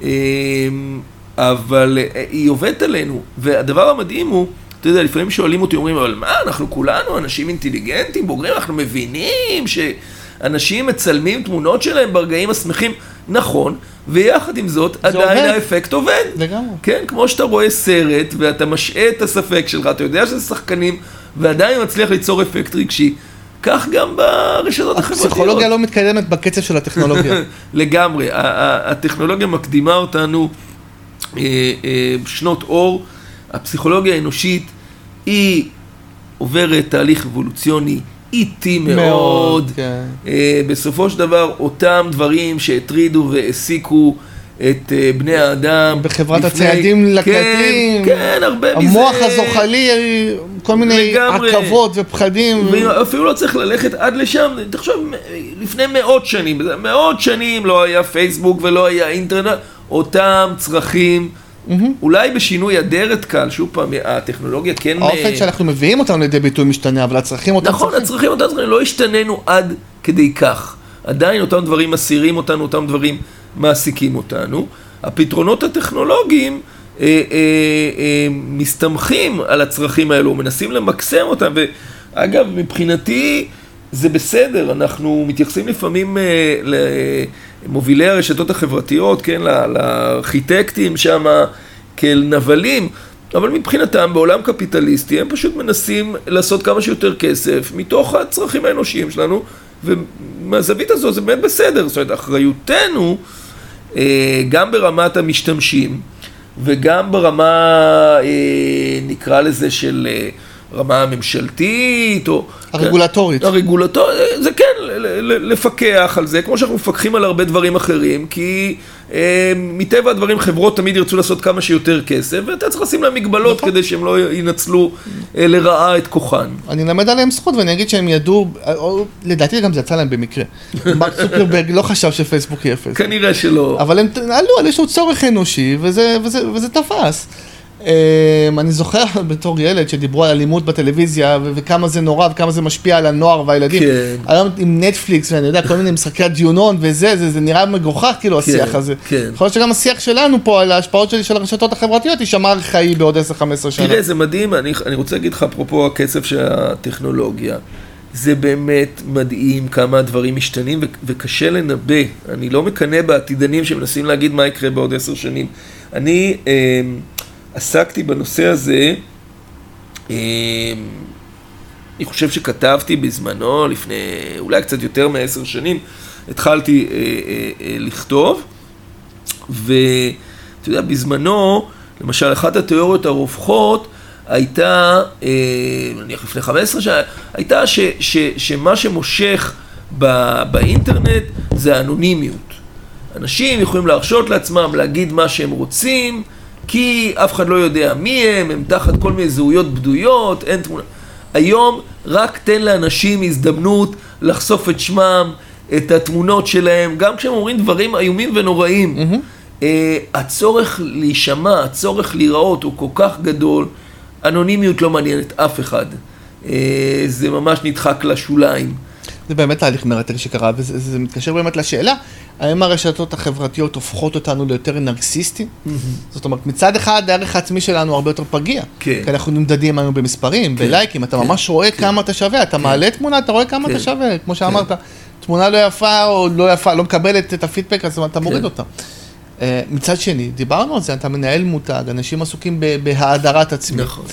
אבל היא עובדת עלינו, והדבר המדהים הוא, אתה יודע, לפעמים שואלים אותי, אומרים, אבל מה, אנחנו כולנו אנשים אינטליגנטים, בוגרים, אנחנו מבינים אנשים מצלמים תמונות שלהם ברגעים השמחים, נכון, ויחד עם זאת, עדיין האפקט עובד. לגמרי. כן, כמו שאתה רואה סרט, ואתה משעה את הספק שלך, אתה יודע שזה שחקנים, ועדיין מצליח ליצור אפקט רגשי. כך גם ברשתות החברתיות. הפסיכולוגיה לא מתקדמת בקצב של הטכנולוגיה. לגמרי, הטכנולוגיה מקדימה אותנו שנות אור, הפסיכולוגיה האנושית היא עוברת תהליך אבולוציוני איטי מאוד, כן. בסופו של דבר אותם דברים שהטרידו והעסיקו את בני האדם. בחברת הצעדים לקטים, כן, הרבה מזה. המוח הזוחלי, כל מיני עכבות ופחדים. אפילו לא צריך ללכת עד לשם, תחשוב, לפני מאות שנים לא היה פייסבוק ולא היה אינטרנט, אותם צרכים, אולי בשינוי אדרת קל, שוב פעם, הטכנולוגיה כן... האופן שאנחנו מביאים אותם לידי ביטוי משתנה, אבל הצרכים אותם נכון, הצרכים אותם צרכים, לא השתננו עד כדי כך. עדיין אותם דברים מסירים אותנו, אותם דברים מעסיקים אותנו. הפתרונות הטכנולוגיים מסתמכים על הצרכים האלו, מנסים למקסם אותם, ואגב, מבחינתי זה בסדר, אנחנו מתייחסים לפעמים למובילי הרשתות החברתיות, כן, לארכיטקטים שם, כאל נבלים, אבל מבחינתם בעולם קפיטליסטי הם פשוט מנסים לעשות כמה שיותר כסף מתוך הצרכים האנושיים שלנו, ומהזווית הזו זה באמת בסדר. זאת אומרת, אחריותנו גם ברמת המשתמשים וגם ברמה נקרא לזה של רמה ממשלתית או הרגולטורית. זה כן, לפקח על זה, כמו שאנחנו מפקחים על הרבה דברים אחרים, כי מטבע הדברים חברות תמיד ירצו לעשות כמה שיותר כסף, ואתה צריך לשים להם מגבלות כדי שהם לא ינצלו לרעה את כוחן. אני אלמד עליהם זכות ואני אגיד שהם ידעו, לדעתי גם זה יצא להם במקרה. מרק צוקרברג לא חשב שפייסבוק יהיה פייסבוק. כנראה שלא. אבל הם עלו על איזשהו צורך אנושי, וזה תפס. אני זוכר בתור ילד שדיברו על אלימות בטלוויזיה וכמה זה נורא וכמה זה משפיע על הנוער והילדים. היום עם נטפליקס ואני יודע כל מיני משחקי דיונון וזה, זה נראה מגוחך כאילו השיח הזה. יכול להיות שגם השיח שלנו פה על ההשפעות שלי של הרשתות החברתיות יישמע ארכאי בעוד 10-15 שנה. תראה, זה מדהים, אני רוצה להגיד לך אפרופו הקצב של הטכנולוגיה. זה באמת מדהים כמה הדברים משתנים וקשה לנבא. אני לא מקנא בעתידנים שמנסים להגיד מה יקרה בעוד 10 שנים. אני עסקתי בנושא הזה, אני חושב שכתבתי בזמנו, לפני אולי קצת יותר מ10 שנים, התחלתי לכתוב, ואתה יודע, בזמנו, למשל, אחת התיאוריות הרווחות הייתה, נניח לפני 15 שנה, הייתה שמה שמושך באינטרנט זה האנונימיות. אנשים יכולים להרשות לעצמם להגיד מה שהם רוצים, כי אף אחד לא יודע מי הם תחת כל מיני זהויות בדויות, אין תמונה. היום רק תן לאנשים הזדמנות לחשוף את שמם, את התמונות שלהם, גם כשהם אומרים דברים איומים ונוראים. הצורך להישמע, הצורך להיראות הוא כל כך גדול, אנונימיות לא מעניינת אף אחד. זה ממש נדחק לשוליים. זה באמת תהליך מרתק שקרה, וזה מתקשר באמת לשאלה, האם הרשתות החברתיות הופכות אותנו ליותר נרקסיסטים? זאת אומרת, מצד אחד, הערך העצמי שלנו הרבה יותר פגיע. כי אנחנו נמדדים היום במספרים, בלייקים, אתה ממש רואה כמה אתה שווה, אתה מעלה תמונה, אתה רואה כמה אתה שווה, כמו שאמרת, תמונה לא יפה או לא יפה, לא מקבלת את הפידבק, אז אתה מוריד אותה. מצד שני, דיברנו על זה, אתה מנהל מותג, אנשים עסוקים בהאדרת עצמי. נכון.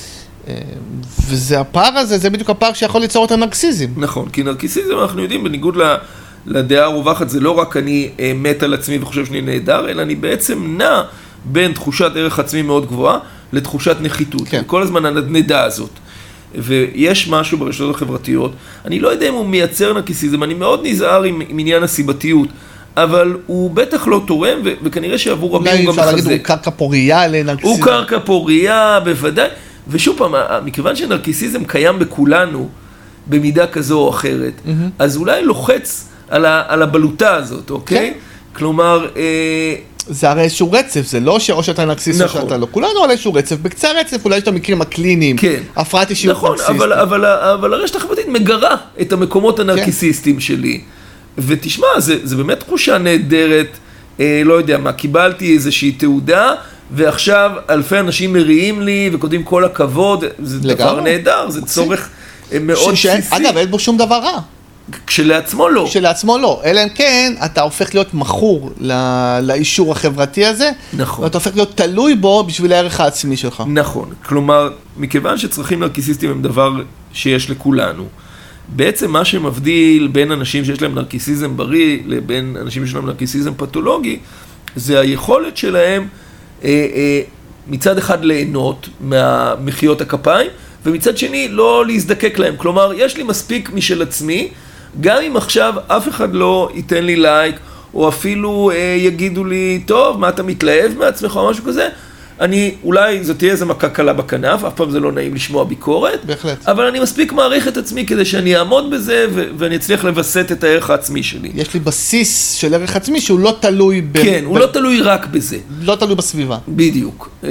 וזה הפער הזה, זה בדיוק הפער שיכול ליצור את הנרקסיזם. נכון, כי נרקסיזם אנחנו יודעים, בניגוד לדעה הרווחת, זה לא רק אני מת על עצמי וחושב שאני נהדר, אלא אני בעצם נע בין תחושת ערך עצמי מאוד גבוהה לתחושת נחיתות. כן. כל הזמן הנדנדה הזאת. ויש משהו ברשתות החברתיות, אני לא יודע אם הוא מייצר נרקסיזם, אני מאוד נזהר עם עניין הסיבתיות, אבל הוא בטח לא תורם, וכנראה שעבור רבים הוא גם מחזק. להגיד, הוא קרקע פוריה לנרקסיזם. הוא קרקע פוריה, בוודאי. ושוב פעם, מכיוון שנרקיסיזם קיים בכולנו, במידה כזו או אחרת, אז אולי לוחץ על הבלוטה הזאת, אוקיי? כלומר... זה הרי איזשהו רצף, זה לא שאו שאתה נרקסיסט או שאתה לא. כולנו על איזשהו רצף, בקצה הרצף אולי יש את המקרים הקליניים, הפרעת אישיות נרקסיסטית. נכון, אבל הרשת החברתית מגרה את המקומות הנרקיסיסטיים שלי. ותשמע, זה באמת תחושה נהדרת, לא יודע מה, קיבלתי איזושהי תעודה, ועכשיו אלפי אנשים מריעים לי וכותבים כל הכבוד, זה דבר נהדר, זה צורך מאוד בסיסי. אגב, אין בו שום דבר רע. כשלעצמו לא. כשלעצמו לא, אלא אם כן, אתה הופך להיות מכור לאישור החברתי הזה, נכון. ואתה הופך להיות תלוי בו בשביל הערך העצמי שלך. נכון, כלומר, מכיוון שצרכים נרקיסיסטיים הם דבר שיש לכולנו, בעצם מה שמבדיל בין אנשים שיש להם נרקיסיזם בריא לבין אנשים שיש להם נרקיסיזם פתולוגי, זה היכולת שלהם מצד אחד ליהנות מהמחיות הכפיים, ומצד שני לא להזדקק להם. כלומר, יש לי מספיק משל עצמי, גם אם עכשיו אף אחד לא ייתן לי לייק, או אפילו יגידו לי, טוב, מה אתה מתלהב מעצמך או משהו כזה, אולי זו תהיה איזה מכה קלה בכנף, אף פעם זה לא נעים לשמוע ביקורת. בהחלט. אבל אני מספיק מעריך את עצמי כדי שאני אעמוד בזה, ואני אצליח לבסט את הערך העצמי שלי. יש לי בסיס של ערך עצמי שהוא לא תלוי כן, הוא לא תלוי רק בזה. לא תלוי בסביבה. בדיוק.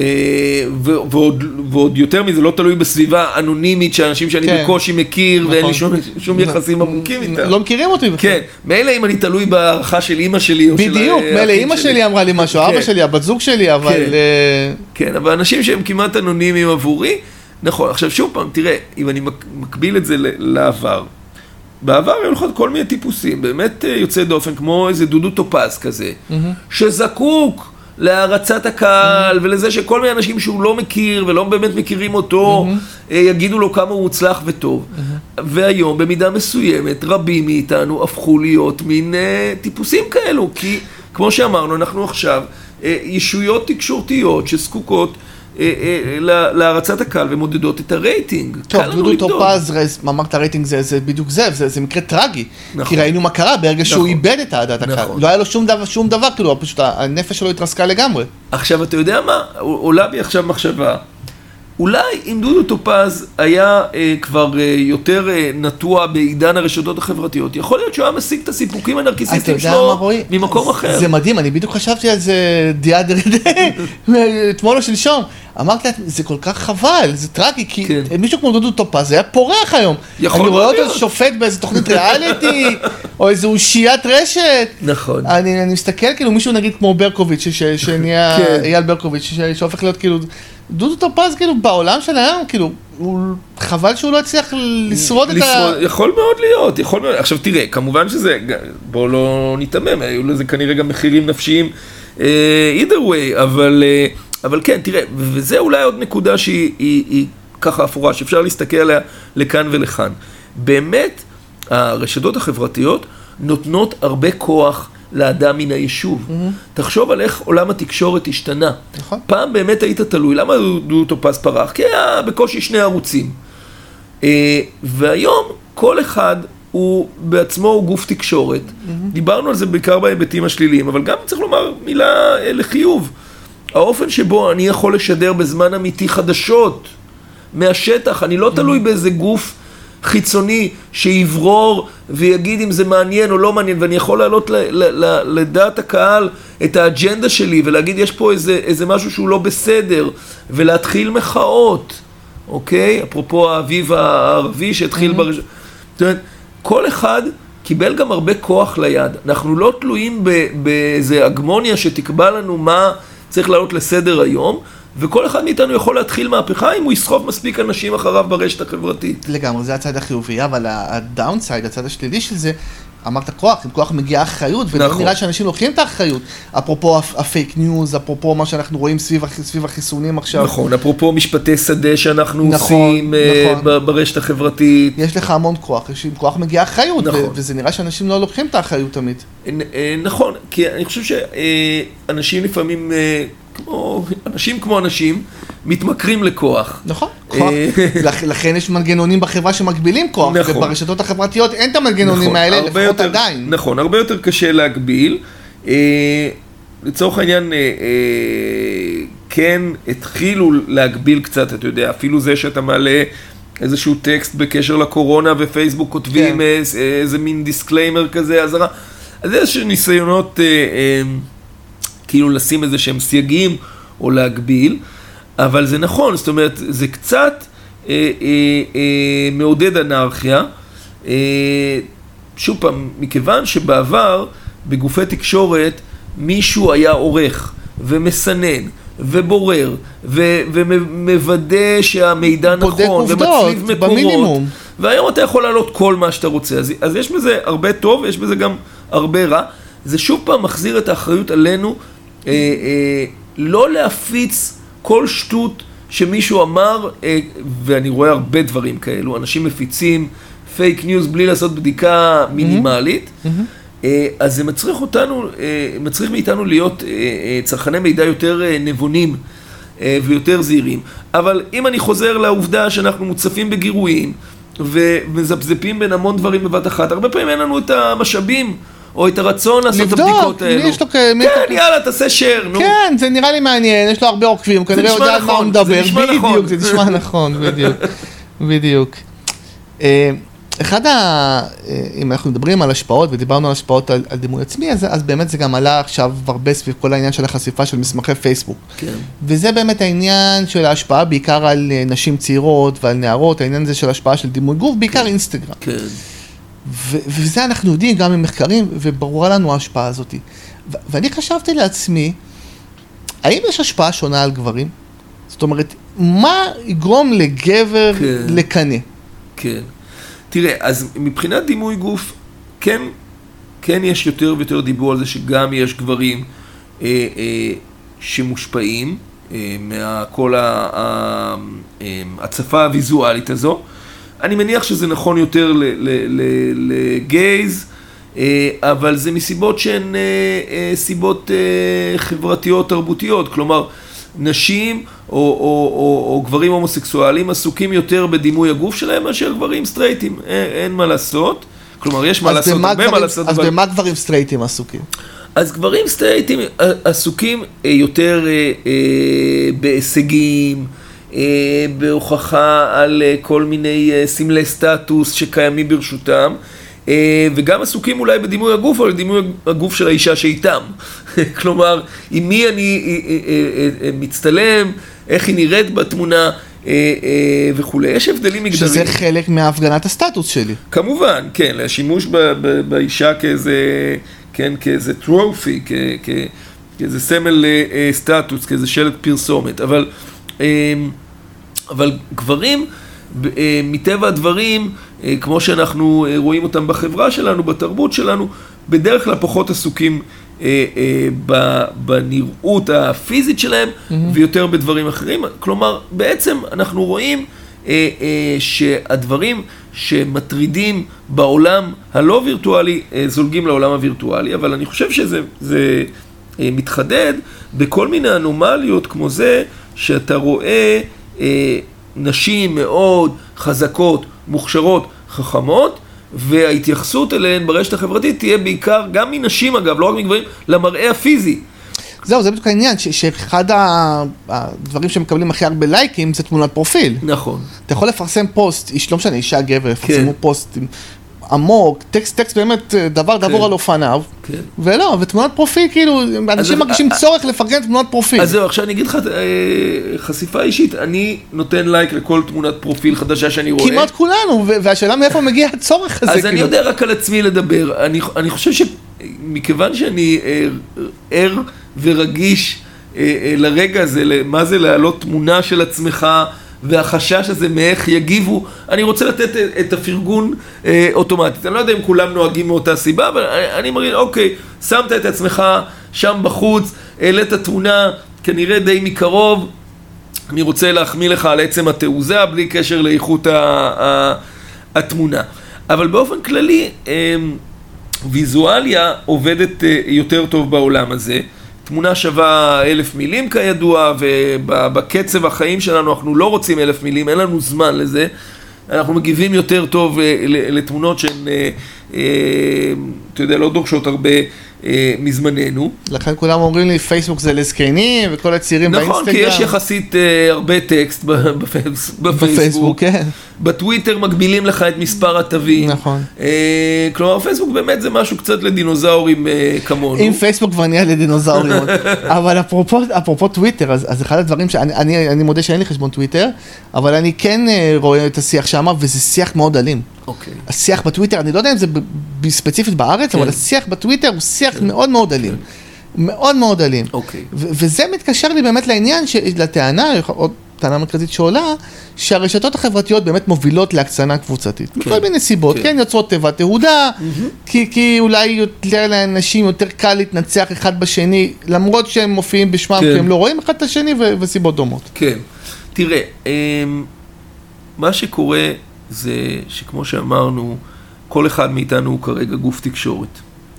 ועוד יותר מזה, לא תלוי בסביבה אנונימית, שאנשים שאני בקושי מכיר, ואין לי שום יחסים עמוקים איתם. לא מכירים אותי בכלל. כן, מילא אם אני תלוי בהערכה של אמא שלי, בדיוק, מילא אמא שלי אמרה לי משהו, אבא שלי, הבת זוג שלי, אבל... כן, אבל אנשים שהם כמעט אנונימיים עבורי, נכון, עכשיו שוב פעם, תראה, אם אני מקביל את זה לעבר, בעבר היו לך כל מיני טיפוסים, באמת יוצא דופן, כמו איזה דודו טופז כזה, שזקוק להרצת הקהל, ולזה שכל מיני אנשים שהוא לא מכיר, ולא באמת מכירים אותו, יגידו לו כמה הוא מוצלח וטוב. והיום, במידה מסוימת, רבים מאיתנו הפכו להיות מין טיפוסים כאלו, כי כמו שאמרנו, אנחנו עכשיו ישויות תקשורתיות שזקוקות להרצת הקהל ומודדות את הרייטינג. טוב, דודו טופז, אמרת הרייטינג זה בדיוק זה מקרה טרגי. כי ראינו מה קרה ברגע שהוא איבד את העדת הקהל. לא היה לו שום דבר, כאילו, פשוט הנפש שלו התרסקה לגמרי. עכשיו, אתה יודע מה? עולה בי עכשיו מחשבה. אולי אם דודו טופז היה כבר יותר נטוע בעידן הרשתות החברתיות, יכול להיות שהוא היה משיג את הסיפוקים הנרקיסיסטיים שלו ממקום אחר. זה מדהים, אני בדיוק חשבתי על זה אתמול או שלשום. אמרתי, זה כל כך חבל, זה טרגי, כי מישהו כמו דודו טופז, זה היה פורח היום. אני רואה אותו שופט באיזו תוכנית ריאליטי, או איזו אושיית רשת. נכון. אני מסתכל כאילו מישהו נגיד כמו ברקוביץ', שנהיה אייל ברקוביץ', שהופך להיות כאילו... דודו טופז כאילו בעולם של היום, כאילו, חבל שהוא לא הצליח לשרוד את ה... יכול מאוד להיות, יכול מאוד. עכשיו תראה, כמובן שזה, בואו לא ניתמם, היו לזה כנראה גם מחירים נפשיים, either way, אבל כן, תראה, וזה אולי עוד נקודה שהיא ככה אפורה, שאפשר להסתכל עליה לכאן ולכאן. באמת, הרשתות החברתיות נותנות הרבה כוח לאדם מן היישוב. תחשוב על איך עולם התקשורת השתנה. פעם באמת היית תלוי, למה דודו טופז פרח? כי היה בקושי 2 ערוצים. והיום כל אחד הוא בעצמו הוא גוף תקשורת. דיברנו על זה בעיקר בהיבטים השליליים, אבל גם צריך לומר מילה לחיוב. האופן שבו אני יכול לשדר בזמן אמיתי חדשות מהשטח, אני לא תלוי באיזה גוף חיצוני שיברור ויגיד אם זה מעניין או לא מעניין, ואני יכול להעלות לדעת הקהל את האג'נדה שלי ולהגיד יש פה איזה משהו שהוא לא בסדר ולהתחיל מחאות, אוקיי? אפרופו האביב הערבי שהתחיל ברשת. זאת אומרת, כל אחד קיבל גם הרבה כוח ליד. אנחנו לא תלויים באיזה הגמוניה שתקבע לנו מה צריך לעלות לסדר היום, וכל אחד מאיתנו יכול להתחיל מהפכה אם הוא יסחוב מספיק אנשים אחריו ברשת החברתית. לגמרי, זה הצד החיובי, אבל הדאונסייד, הצד השלילי של זה, אמרת כוח, עם כוח מגיעה אחריות, ולא נראה שאנשים לוקחים את האחריות. אפרופו הפייק ניוז, אפרופו מה שאנחנו רואים סביב החיסונים עכשיו. נכון, אפרופו משפטי שדה שאנחנו עושים ברשת החברתית. יש לך המון כוח, עם כוח מגיעה אחריות, וזה נראה שאנשים לא לוקחים את האחריות תמיד. נכון, כי אני חושב שאנשים לפעמים... אנשים כמו אנשים מתמכרים לכוח. נכון, כוח. לכן יש מנגנונים בחברה שמגבילים כוח, וברשתות החברתיות אין את המנגנונים האלה, לפחות עדיין. נכון, הרבה יותר קשה להגביל. לצורך העניין, כן התחילו להגביל קצת, אתה יודע, אפילו זה שאתה מעלה איזשהו טקסט בקשר לקורונה, ופייסבוק כותבים איזה מין דיסקליימר כזה, אז איזשהו ניסיונות... כאילו לשים איזה שהם סייגים או להגביל, אבל זה נכון, זאת אומרת, זה קצת מעודד אנרכיה. שוב פעם, מכיוון שבעבר בגופי תקשורת מישהו היה עורך ומסנן ובורר ומוודא שהמידע נכון ומצליב מקורות. במינימום. והיום אתה יכול לעלות כל מה שאתה רוצה. אז יש בזה הרבה טוב, יש בזה גם הרבה רע. זה שוב פעם מחזיר את האחריות עלינו, לא להפיץ כל שטות שמישהו אמר, ואני רואה הרבה דברים כאלו, אנשים מפיצים פייק ניוז בלי לעשות בדיקה מינימלית, אז זה מצריך מאיתנו להיות צרכני מידע יותר נבונים ויותר זהירים. אבל אם אני חוזר לעובדה שאנחנו מוצפים בגירויים ומזפזפים בין המון דברים בבת אחת, הרבה פעמים אין לנו את המשאבים או את הרצון לעשות את הבדיקות האלו. כן, יאללה, תעשה שייר, נו. כן, זה נראה לי מעניין, יש לו הרבה עוקבים, כנראה יודע על מה הוא מדבר. בדיוק, זה נשמע נכון, בדיוק. אחד אם אנחנו מדברים על השפעות, ודיברנו על השפעות על דימוי עצמי, אז באמת זה גם עלה עכשיו הרבה סביב כל העניין של החשיפה של מסמכי פייסבוק. כן. וזה באמת העניין של ההשפעה בעיקר על נשים צעירות ועל נערות, העניין הזה של ההשפעה של דימוי גוף, בעיקר אינסטגרם. כן. וזה אנחנו יודעים גם ממחקרים, וברורה לנו ההשפעה הזאת. ואני חשבתי לעצמי, האם יש השפעה שונה על גברים? זאת אומרת, מה יגרום לגבר לקנה? כן. תראה, אז מבחינת דימוי גוף, כן יש יותר ויותר דיבור על זה שגם יש גברים שמושפעים מהכל ההצפה הוויזואלית הזו. אני מניח שזה נכון יותר לגייז, אבל זה מסיבות שהן סיבות חברתיות תרבותיות, כלומר נשים או גברים הומוסקסואלים עסוקים יותר בדימוי הגוף שלהם מאשר גברים סטרייטים, אין מה לעשות, כלומר יש מה לעשות, הרבה מה לעשות. אז במה גברים סטרייטים עסוקים? אז גברים סטרייטים עסוקים יותר בהישגים, בהוכחה על כל מיני סמלי סטטוס שקיימים ברשותם, וגם עסוקים אולי בדימוי הגוף או לדימוי הגוף של האישה שאיתם. כלומר, עם מי אני מצטלם, איך היא נראית בתמונה וכו'. יש הבדלים מגדריים. שזה חלק מהפגנת הסטטוס שלי. כמובן, כן, לשימוש באישה כאיזה טרופי, כאיזה סמל סטטוס, כאיזה שלט פרסומת. אבל גברים, מטבע הדברים, כמו שאנחנו רואים אותם בחברה שלנו, בתרבות שלנו, בדרך כלל פחות עסוקים בנראות הפיזית שלהם, ויותר בדברים אחרים. כלומר, בעצם אנחנו רואים שהדברים שמטרידים בעולם הלא וירטואלי, זולגים לעולם הווירטואלי, אבל אני חושב שזה מתחדד בכל מיני אנומליות כמו זה, שאתה רואה נשים מאוד חזקות, מוכשרות, חכמות, וההתייחסות אליהן ברשת החברתית תהיה בעיקר, גם מנשים אגב, לא רק מגברים, למראה הפיזי. זהו, זה בדיוק העניין, שאחד הדברים שמקבלים הכי הרבה לייקים זה תמונת פרופיל. נכון. אתה יכול לפרסם פוסט, לא משנה, אישה גבר, לפרסמו פוסט עמוק, טקסט באמת דבר דבור על אופניו, ולא, ותמונת פרופיל, כאילו, אנשים מרגישים צורך לפרגן תמונת פרופיל. אז זהו, עכשיו אני אגיד לך, חשיפה אישית, אני נותן לייק לכל תמונת פרופיל חדשה שאני רואה. כמעט כולנו, והשאלה מאיפה מגיע הצורך הזה. אז אני יודע רק על עצמי לדבר, אני חושב שמכיוון שאני ער ורגיש לרגע הזה, מה זה להעלות תמונה של עצמך, והחשש הזה מאיך יגיבו, אני רוצה לתת את הפרגון אוטומטית. אני לא יודע אם כולם נוהגים מאותה סיבה, אבל אני מרגיש, אוקיי, שמת את עצמך שם בחוץ, העלית תמונה, כנראה די מקרוב, אני רוצה להחמיא לך על עצם התעוזה, בלי קשר לאיכות התמונה. אבל באופן כללי, ויזואליה עובדת יותר טוב בעולם הזה, תמונה שווה 1,000 מילים כידוע, ובקצב החיים שלנו אנחנו לא רוצים 1,000 מילים, אין לנו זמן לזה. אנחנו מגיבים יותר טוב לתמונות שהן, אתה יודע, לא דורשות הרבה מזמננו. לכן כולם אומרים לי, פייסבוק זה לזקנים, וכל הצעירים באינסטגרם. נכון, כי יש יחסית הרבה טקסט בפייסבוק. כן. בטוויטר מגבילים לך את מספר התווים. נכון. כלומר, פייסבוק באמת זה משהו קצת לדינוזאורים כמונו. אם פייסבוק כבר נהיה לדינוזאורים. אבל אפרופו טוויטר, אז אחד הדברים שאני מודה שאין לי חשבון טוויטר, אבל אני כן רואה את השיח שם, וזה שיח מאוד אלים. השיח בטוויטר, אני לא יודע אם זה ספציפית בארץ, אבל השיח בטוויטר הוא שיח מאוד מאוד אלים. מאוד מאוד אלים. וזה מתקשר לי באמת לעניין, לטענה, עוד טענה מרכזית שעולה, שהרשתות החברתיות באמת מובילות להקצנה קבוצתית. מכל מיני סיבות, כן, יוצרות טבע תהודה, כי אולי יותר לאנשים יותר קל להתנצח אחד בשני, למרות שהם מופיעים בשמם, כי הם לא רואים אחד את השני, וסיבות דומות. כן. תראה, מה שקורה זה שכמו שאמרנו, כל אחד מאיתנו הוא כרגע גוף תקשורת.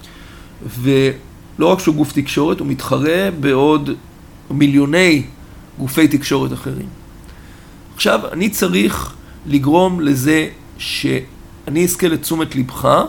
ולא רק שהוא גוף תקשורת, הוא מתחרה בעוד מיליוני גופי תקשורת אחרים. עכשיו, אני צריך לגרום לזה שאני אזכה לתשומת לבך,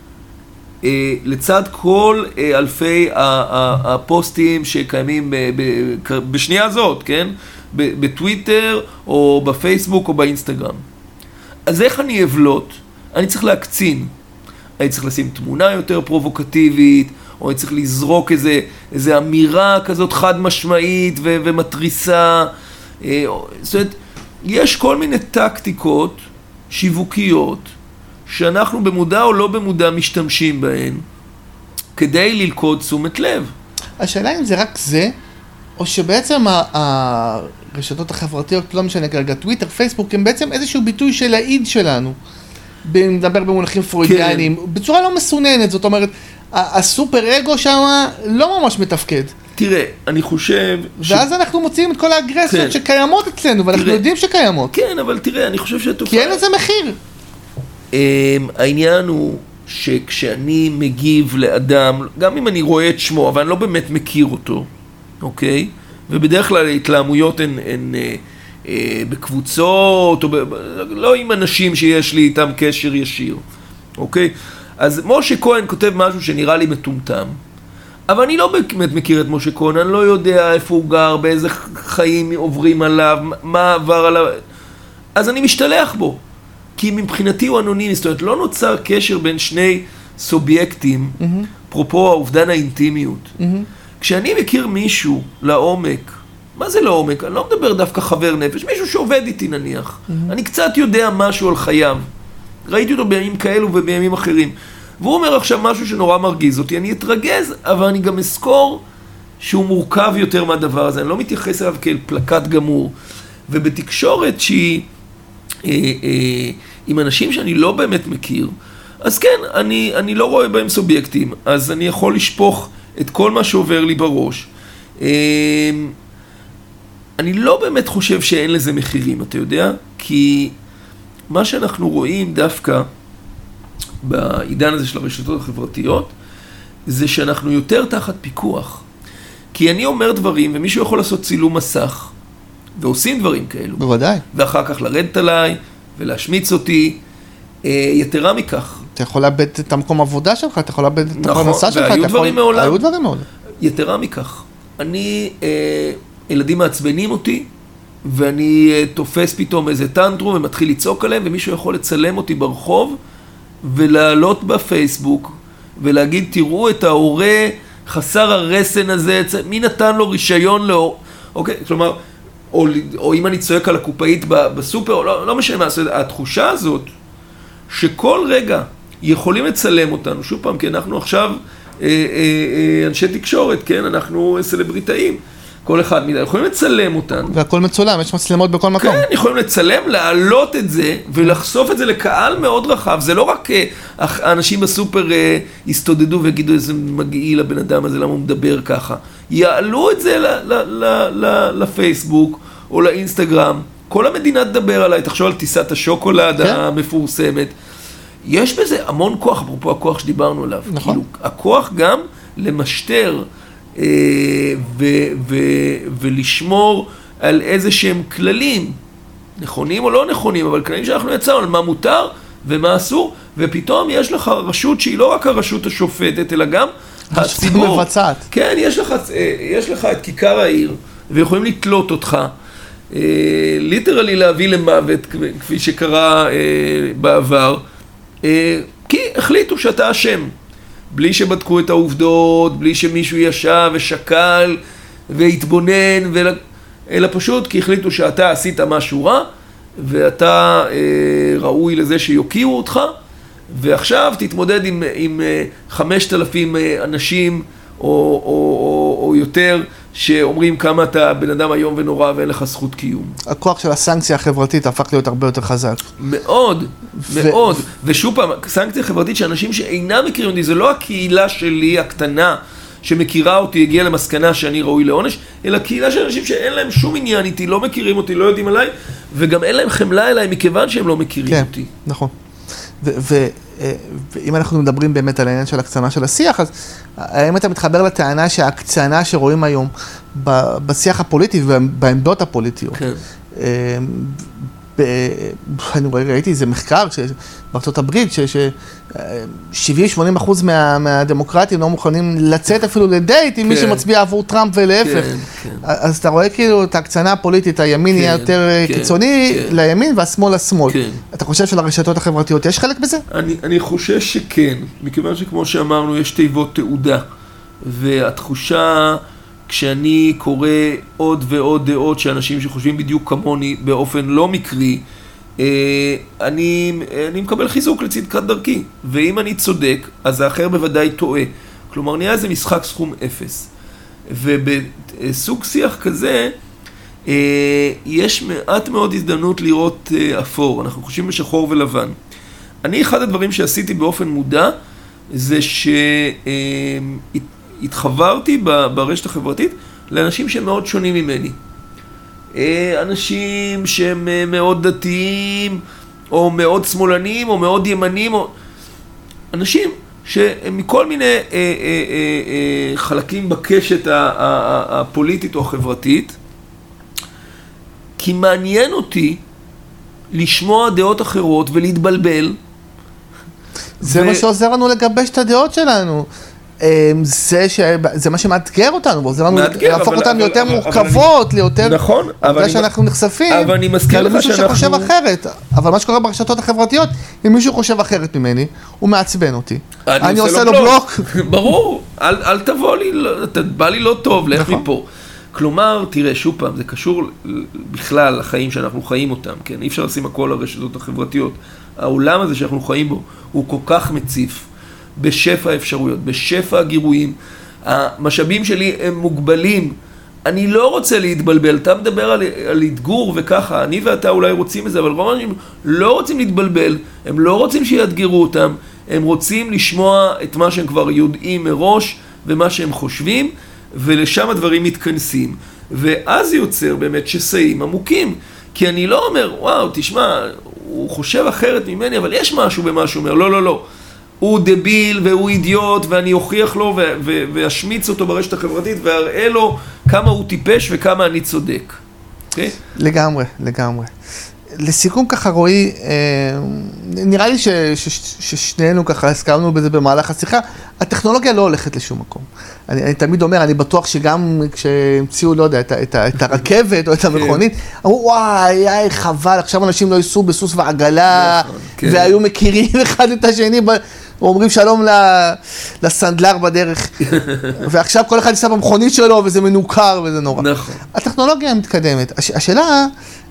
לצד כל אלפי הפוסטים שקיימים בשנייה הזאת, כן? בטוויטר או בפייסבוק או באינסטגרם. אז איך אני אבלוט? אני צריך להקצין. אני צריך לשים תמונה יותר פרובוקטיבית, או אני צריך לזרוק איזה אמירה כזאת חד משמעית ומטריסה. זאת אומרת, יש כל מיני טקטיקות שיווקיות שאנחנו במודע או לא במודע משתמשים בהן כדי ללכוד תשומת לב. השאלה אם זה רק זה, או שבעצם הרשתות החברתיות, לא משנה כרגע, טוויטר, פייסבוק, הם בעצם איזשהו ביטוי של העיד שלנו. נדבר במונחים פרוידיאניים, בצורה לא מסוננת, זאת אומרת, הסופר אגו שם לא ממש מתפקד. תראה, אני חושב... ואז אנחנו מוצאים את כל האגרסיות שקיימות אצלנו, ואנחנו יודעים שקיימות. כן, אבל תראה, אני חושב שהתופעה... כי אין לזה מחיר. העניין הוא שכשאני מגיב לאדם, גם אם אני רואה את שמו, אבל אני לא באמת מכיר אותו, אוקיי? ובדרך כלל ההתלהמויות הן בקבוצות, או לא עם אנשים שיש לי איתם קשר ישיר, אוקיי? אז משה כהן כותב משהו שנראה לי מטומטם, אבל אני לא באמת מכיר את משה כהן, אני לא יודע איפה הוא גר, באיזה חיים עוברים עליו, מה עבר עליו, אז אני משתלח בו, כי מבחינתי הוא אנונימי, זאת אומרת, לא נוצר קשר בין שני סובייקטים, פרופו האובדן האינטימיות. כשאני מכיר מישהו לעומק, מה זה לעומק? אני לא מדבר דווקא חבר נפש, מישהו שעובד איתי נניח. אני קצת יודע משהו על חייו. ראיתי אותו בימים כאלו ובימים אחרים. והוא אומר עכשיו משהו שנורא מרגיז אותי, אני אתרגז, אבל אני גם אזכור שהוא מורכב יותר מהדבר הזה. אני לא מתייחס אליו כאל פלקט גמור. ובתקשורת שהיא עם אנשים שאני לא באמת מכיר, אז כן, אני לא רואה בהם סובייקטים, אז אני יכול לשפוך את כל מה שעובר לי בראש. אני לא באמת חושב שאין לזה מחירים, אתה יודע? כי מה שאנחנו רואים דווקא בעידן הזה של הרשתות החברתיות, זה שאנחנו יותר תחת פיקוח. כי אני אומר דברים, ומישהו יכול לעשות צילום מסך, ועושים דברים כאלו. בוודאי. ואחר כך לרדת עליי, ולהשמיץ אותי, יתרה מכך. אתה יכול לאבד את המקום עבודה שלך, אתה יכול לאבד את הפרנסה שלך. והיו דברים מעולם. היו דברים מעולם. יתרה מכך. ילדים מעצבנים אותי, ואני תופס פתאום איזה טנטרום, ומתחיל לצעוק עליהם, ומישהו יכול לצלם אותי ברחוב, ולעלות בפייסבוק, ולהגיד, תראו את ההורה חסר הרסן הזה, מי נתן לו רישיון לו, אוקיי? כלומר, או אם אני צועק על הקופאית בסופר, לא משנה מה, התחושה הזאת, שכל רגע יכולים לצלם אותנו, שוב פעם, כי אנחנו עכשיו אנשי תקשורת, כן? אנחנו סלבריטאים, כל אחד מדי, יכולים לצלם אותנו. והכל מצולם, יש מצלמות בכל מקום. כן, יכולים לצלם, להעלות את זה, ולחשוף את זה לקהל מאוד רחב. זה לא רק האנשים בסופר יסתודדו ויגידו איזה מגעיל לבן אדם הזה, למה הוא מדבר ככה. יעלו את זה לפייסבוק או לאינסטגרם. כל המדינה תדבר עליי, תחשוב על טיסת השוקולד המפורסמת. יש בזה המון כוח, אפרופו הכוח שדיברנו עליו. נכון. כאילו, הכוח גם למשטר ולשמור על איזה שהם כללים, נכונים או לא נכונים, אבל כללים שאנחנו יצרנו על מה מותר ומה אסור, ופתאום יש לך רשות שהיא לא רק הרשות השופטת, אלא גם הציבור. מבצעת. כן, יש לך את כיכר העיר, ויכולים לתלות אותך, ליטרלי להביא למוות, כפי שקרה בעבר, כי החליטו שאתה אשם. בלי שבדקו את העובדות, בלי שמישהו ישב ושקל והתבונן, אלא פשוט כי החליטו שאתה עשית משהו רע, ואתה ראוי לזה שיוקיעו אותך, ועכשיו תתמודד עם 5,000 אנשים או יותר, שאומרים כמה אתה בן אדם היום ונורא ואין לך זכות קיום. הכוח של הסנקציה החברתית הפך להיות הרבה יותר חזק. מאוד, מאוד. ושוב פעם, סנקציה חברתית שאנשים שאינם מכירים אותי, זה לא הקהילה שלי הקטנה, שמכירה אותי הגיעה למסקנה שאני ראוי לעונש, אלא קהילה של אנשים שאין להם שום עניין איתי, לא מכירים אותי, לא יודעים עליי, וגם אין להם חמלה אליי מכיוון שהם לא מכירים אותי. נכון. ואם אנחנו מדברים באמת על העניין של הקצנה של השיח, אז האם אתה מתחבר לטענה שההקצנה שרואים היום בשיח הפוליטי ובעמדות הפוליטיות, כן. אני ראיתי איזה מחקר בארצות הברית, ש70-80% מהדמוקרטים לא מוכנים לצאת אפילו לדייט עם מי שמצביע עבור טראמפ ולהפך. אז אתה רואה כאילו את ההקצנה הפוליטית, הימין יהיה יותר קיצוני לימין והשמאל לשמאל. אתה חושב שלרשתות החברתיות יש חלק בזה? אני חושב שכן, מכיוון שכמו שאמרנו, יש תיבות תעודה, והתחושה כשאני קורא עוד ועוד דעות שאנשים שחושבים בדיוק כמוני באופן לא מקרי, אני מקבל חיזוק לצדקת דרכי, ואם אני צודק, אז האחר בוודאי טועה. כלומר, נהיה איזה משחק סכום אפס. ובסוג שיח כזה, יש מעט מאוד הזדמנות לראות אפור. אנחנו חושבים בשחור ולבן. אחד הדברים שעשיתי באופן מודע, זה התחברתי ברשת החברתית לאנשים שהם מאוד שונים ממני. אנשים שהם מאוד דתיים, או מאוד שמאלנים, או מאוד ימנים, או אנשים שהם מכל מיני חלקים בקשת הפוליטית או החברתית, כי מעניין אותי לשמוע דעות אחרות ולהתבלבל. זה מה שעוזר לנו לגבש את הדעות שלנו. זה מה שמאתגר אותנו, ועוזר לנו להפוך אותנו ליותר מורכבות, ליותר... נכון, אבל שאנחנו נחשפים, אבל אני מזכיר לך מישהו שחושב אחרת. אבל מה שקורה ברשתות החברתיות, אם מישהו חושב אחרת ממני, הוא מעצבן אותי. אני עושה לו בלוק. ברור, אל תבוא לי, בא לי לא טוב, לך מפה. כלומר, תראה, שוב פעם, זה קשור בכלל לחיים שאנחנו חיים אותם, כן? אי אפשר לשים הכל לרשתות החברתיות. העולם הזה שאנחנו חיים בו, הוא כל כך מציף. בשפע האפשרויות, בשפע הגירויים, המשאבים שלי הם מוגבלים, אני לא רוצה להתבלבל, אתה מדבר על להתגור וככה, אני ואתה אולי רוצים את זה, אבל רוב האנשים לא רוצים להתבלבל, הם לא רוצים שיאתגרו אותם, הם רוצים לשמוע את מה שהם כבר יודעים מראש, ומה שהם חושבים, ולשם הדברים מתכנסים, ואז זה יוצר באמת שסעים עמוקים, כי אני לא אומר, וואו, תשמע, הוא חושב אחרת ממני, אבל יש משהו במה שהוא אומר, לא, לא, לא. הוא דביל והוא אידיוט ואני אוכיח לו ואשמיץ אותו ברשת החברתית ואראה לו כמה הוא טיפש וכמה אני צודק. Okay? לגמרי, לגמרי. לסיכום ככה רועי, נראה לי ששנינו ככה הסכמנו בזה במהלך השיחה, הטכנולוגיה לא הולכת לשום מקום. אני תמיד אומר, אני בטוח שגם כשהמציאו, לא יודע, את הרכבת או את המכונית, אמרו, וואי, חבל, עכשיו אנשים לא ייסעו בסוס ועגלה, והיו מכירים אחד את השני, ואומרים שלום לסנדלר בדרך, ועכשיו כל אחד ייסע במכונית שלו, וזה מנוכר וזה נורא. נכון. הטכנולוגיה מתקדמת. השאלה,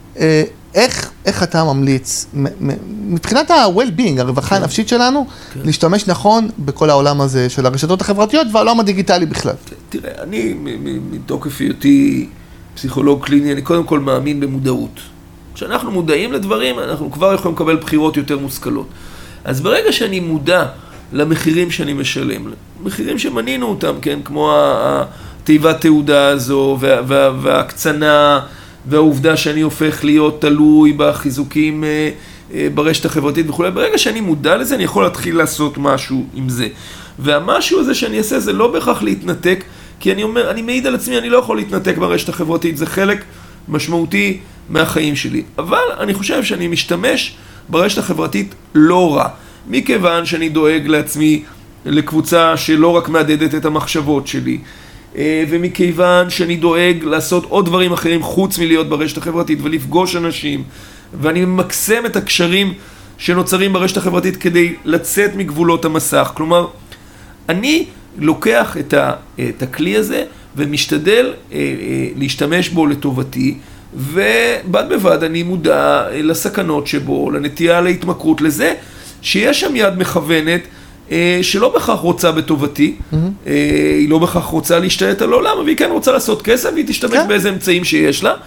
איך אתה ממליץ, מבחינת ה-well-being, הרווחה הנפשית שלנו, להשתמש נכון בכל העולם הזה של הרשתות החברתיות והעולם הדיגיטלי בכלל? תראה, אני מתוקף היותי פסיכולוג קליני, אני קודם כל מאמין במודעות. כשאנחנו מודעים לדברים, אנחנו כבר יכולים לקבל בחירות יותר מושכלות. אז ברגע שאני מודע למחירים שאני משלם, מחירים שמנינו אותם, כן, כמו התיבת תעודה הזו וההקצנה, והעובדה שאני הופך להיות תלוי בחיזוקים ברשת החברתית וכו'. ברגע שאני מודע לזה, אני יכול להתחיל לעשות משהו עם זה. והמשהו הזה שאני אעשה, זה לא בהכרח להתנתק, כי אני מעיד על עצמי, אני לא יכול להתנתק ברשת החברתית, זה חלק משמעותי מהחיים שלי. אבל אני חושב שאני משתמש ברשת החברתית לא רע, מכיוון שאני דואג לעצמי לקבוצה שלא רק מעדדת את המחשבות שלי, ומכיוון שאני דואג לעשות עוד דברים אחרים חוץ מלהיות ברשת החברתית ולפגוש אנשים, ואני ממקסם את הקשרים שנוצרים ברשת החברתית כדי לצאת מגבולות המסך. כלומר, אני לוקח את הכלי הזה ומשתדל להשתמש בו לטובתי, ובד בבד אני מודע לסכנות שבו, לנטייה להתמכרות, לזה שיש שם יד מכוונת שלא בכך רוצה בטובתי, היא לא בכך רוצה להשתלט על העולם, אבל היא כן רוצה לעשות כסף, והיא תשתמש באיזה אמצעים שיש לה,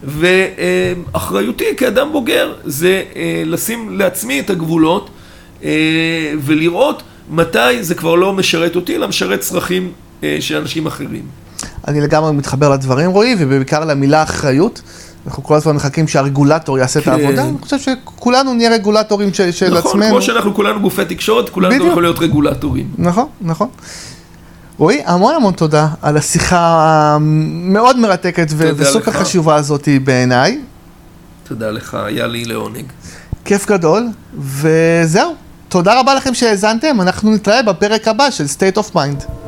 ואחריותי כאדם בוגר זה לשים לעצמי את הגבולות, ולראות מתי זה כבר לא משרת אותי, אלא משרת צרכים של אנשים אחרים. אני לגמרי מתחבר לדברים, רועי, ובעיקר למילה אחריות. אנחנו כל הזמן מחכים שהרגולטור יעשה את העבודה. אני חושב שכולנו נהיה רגולטורים של עצמנו. נכון, כמו שאנחנו כולנו גופי תקשורת, כולנו גם יכולים להיות רגולטורים. נכון, נכון. רועי, המון תודה על השיחה המאוד מרתקת וסופר חשובה הזאת בעיניי. תודה לך, היה לי לעונג. כיף גדול, וזהו. תודה רבה לכם שהאזנתם, אנחנו נתראה בפרק הבא של State of Mind.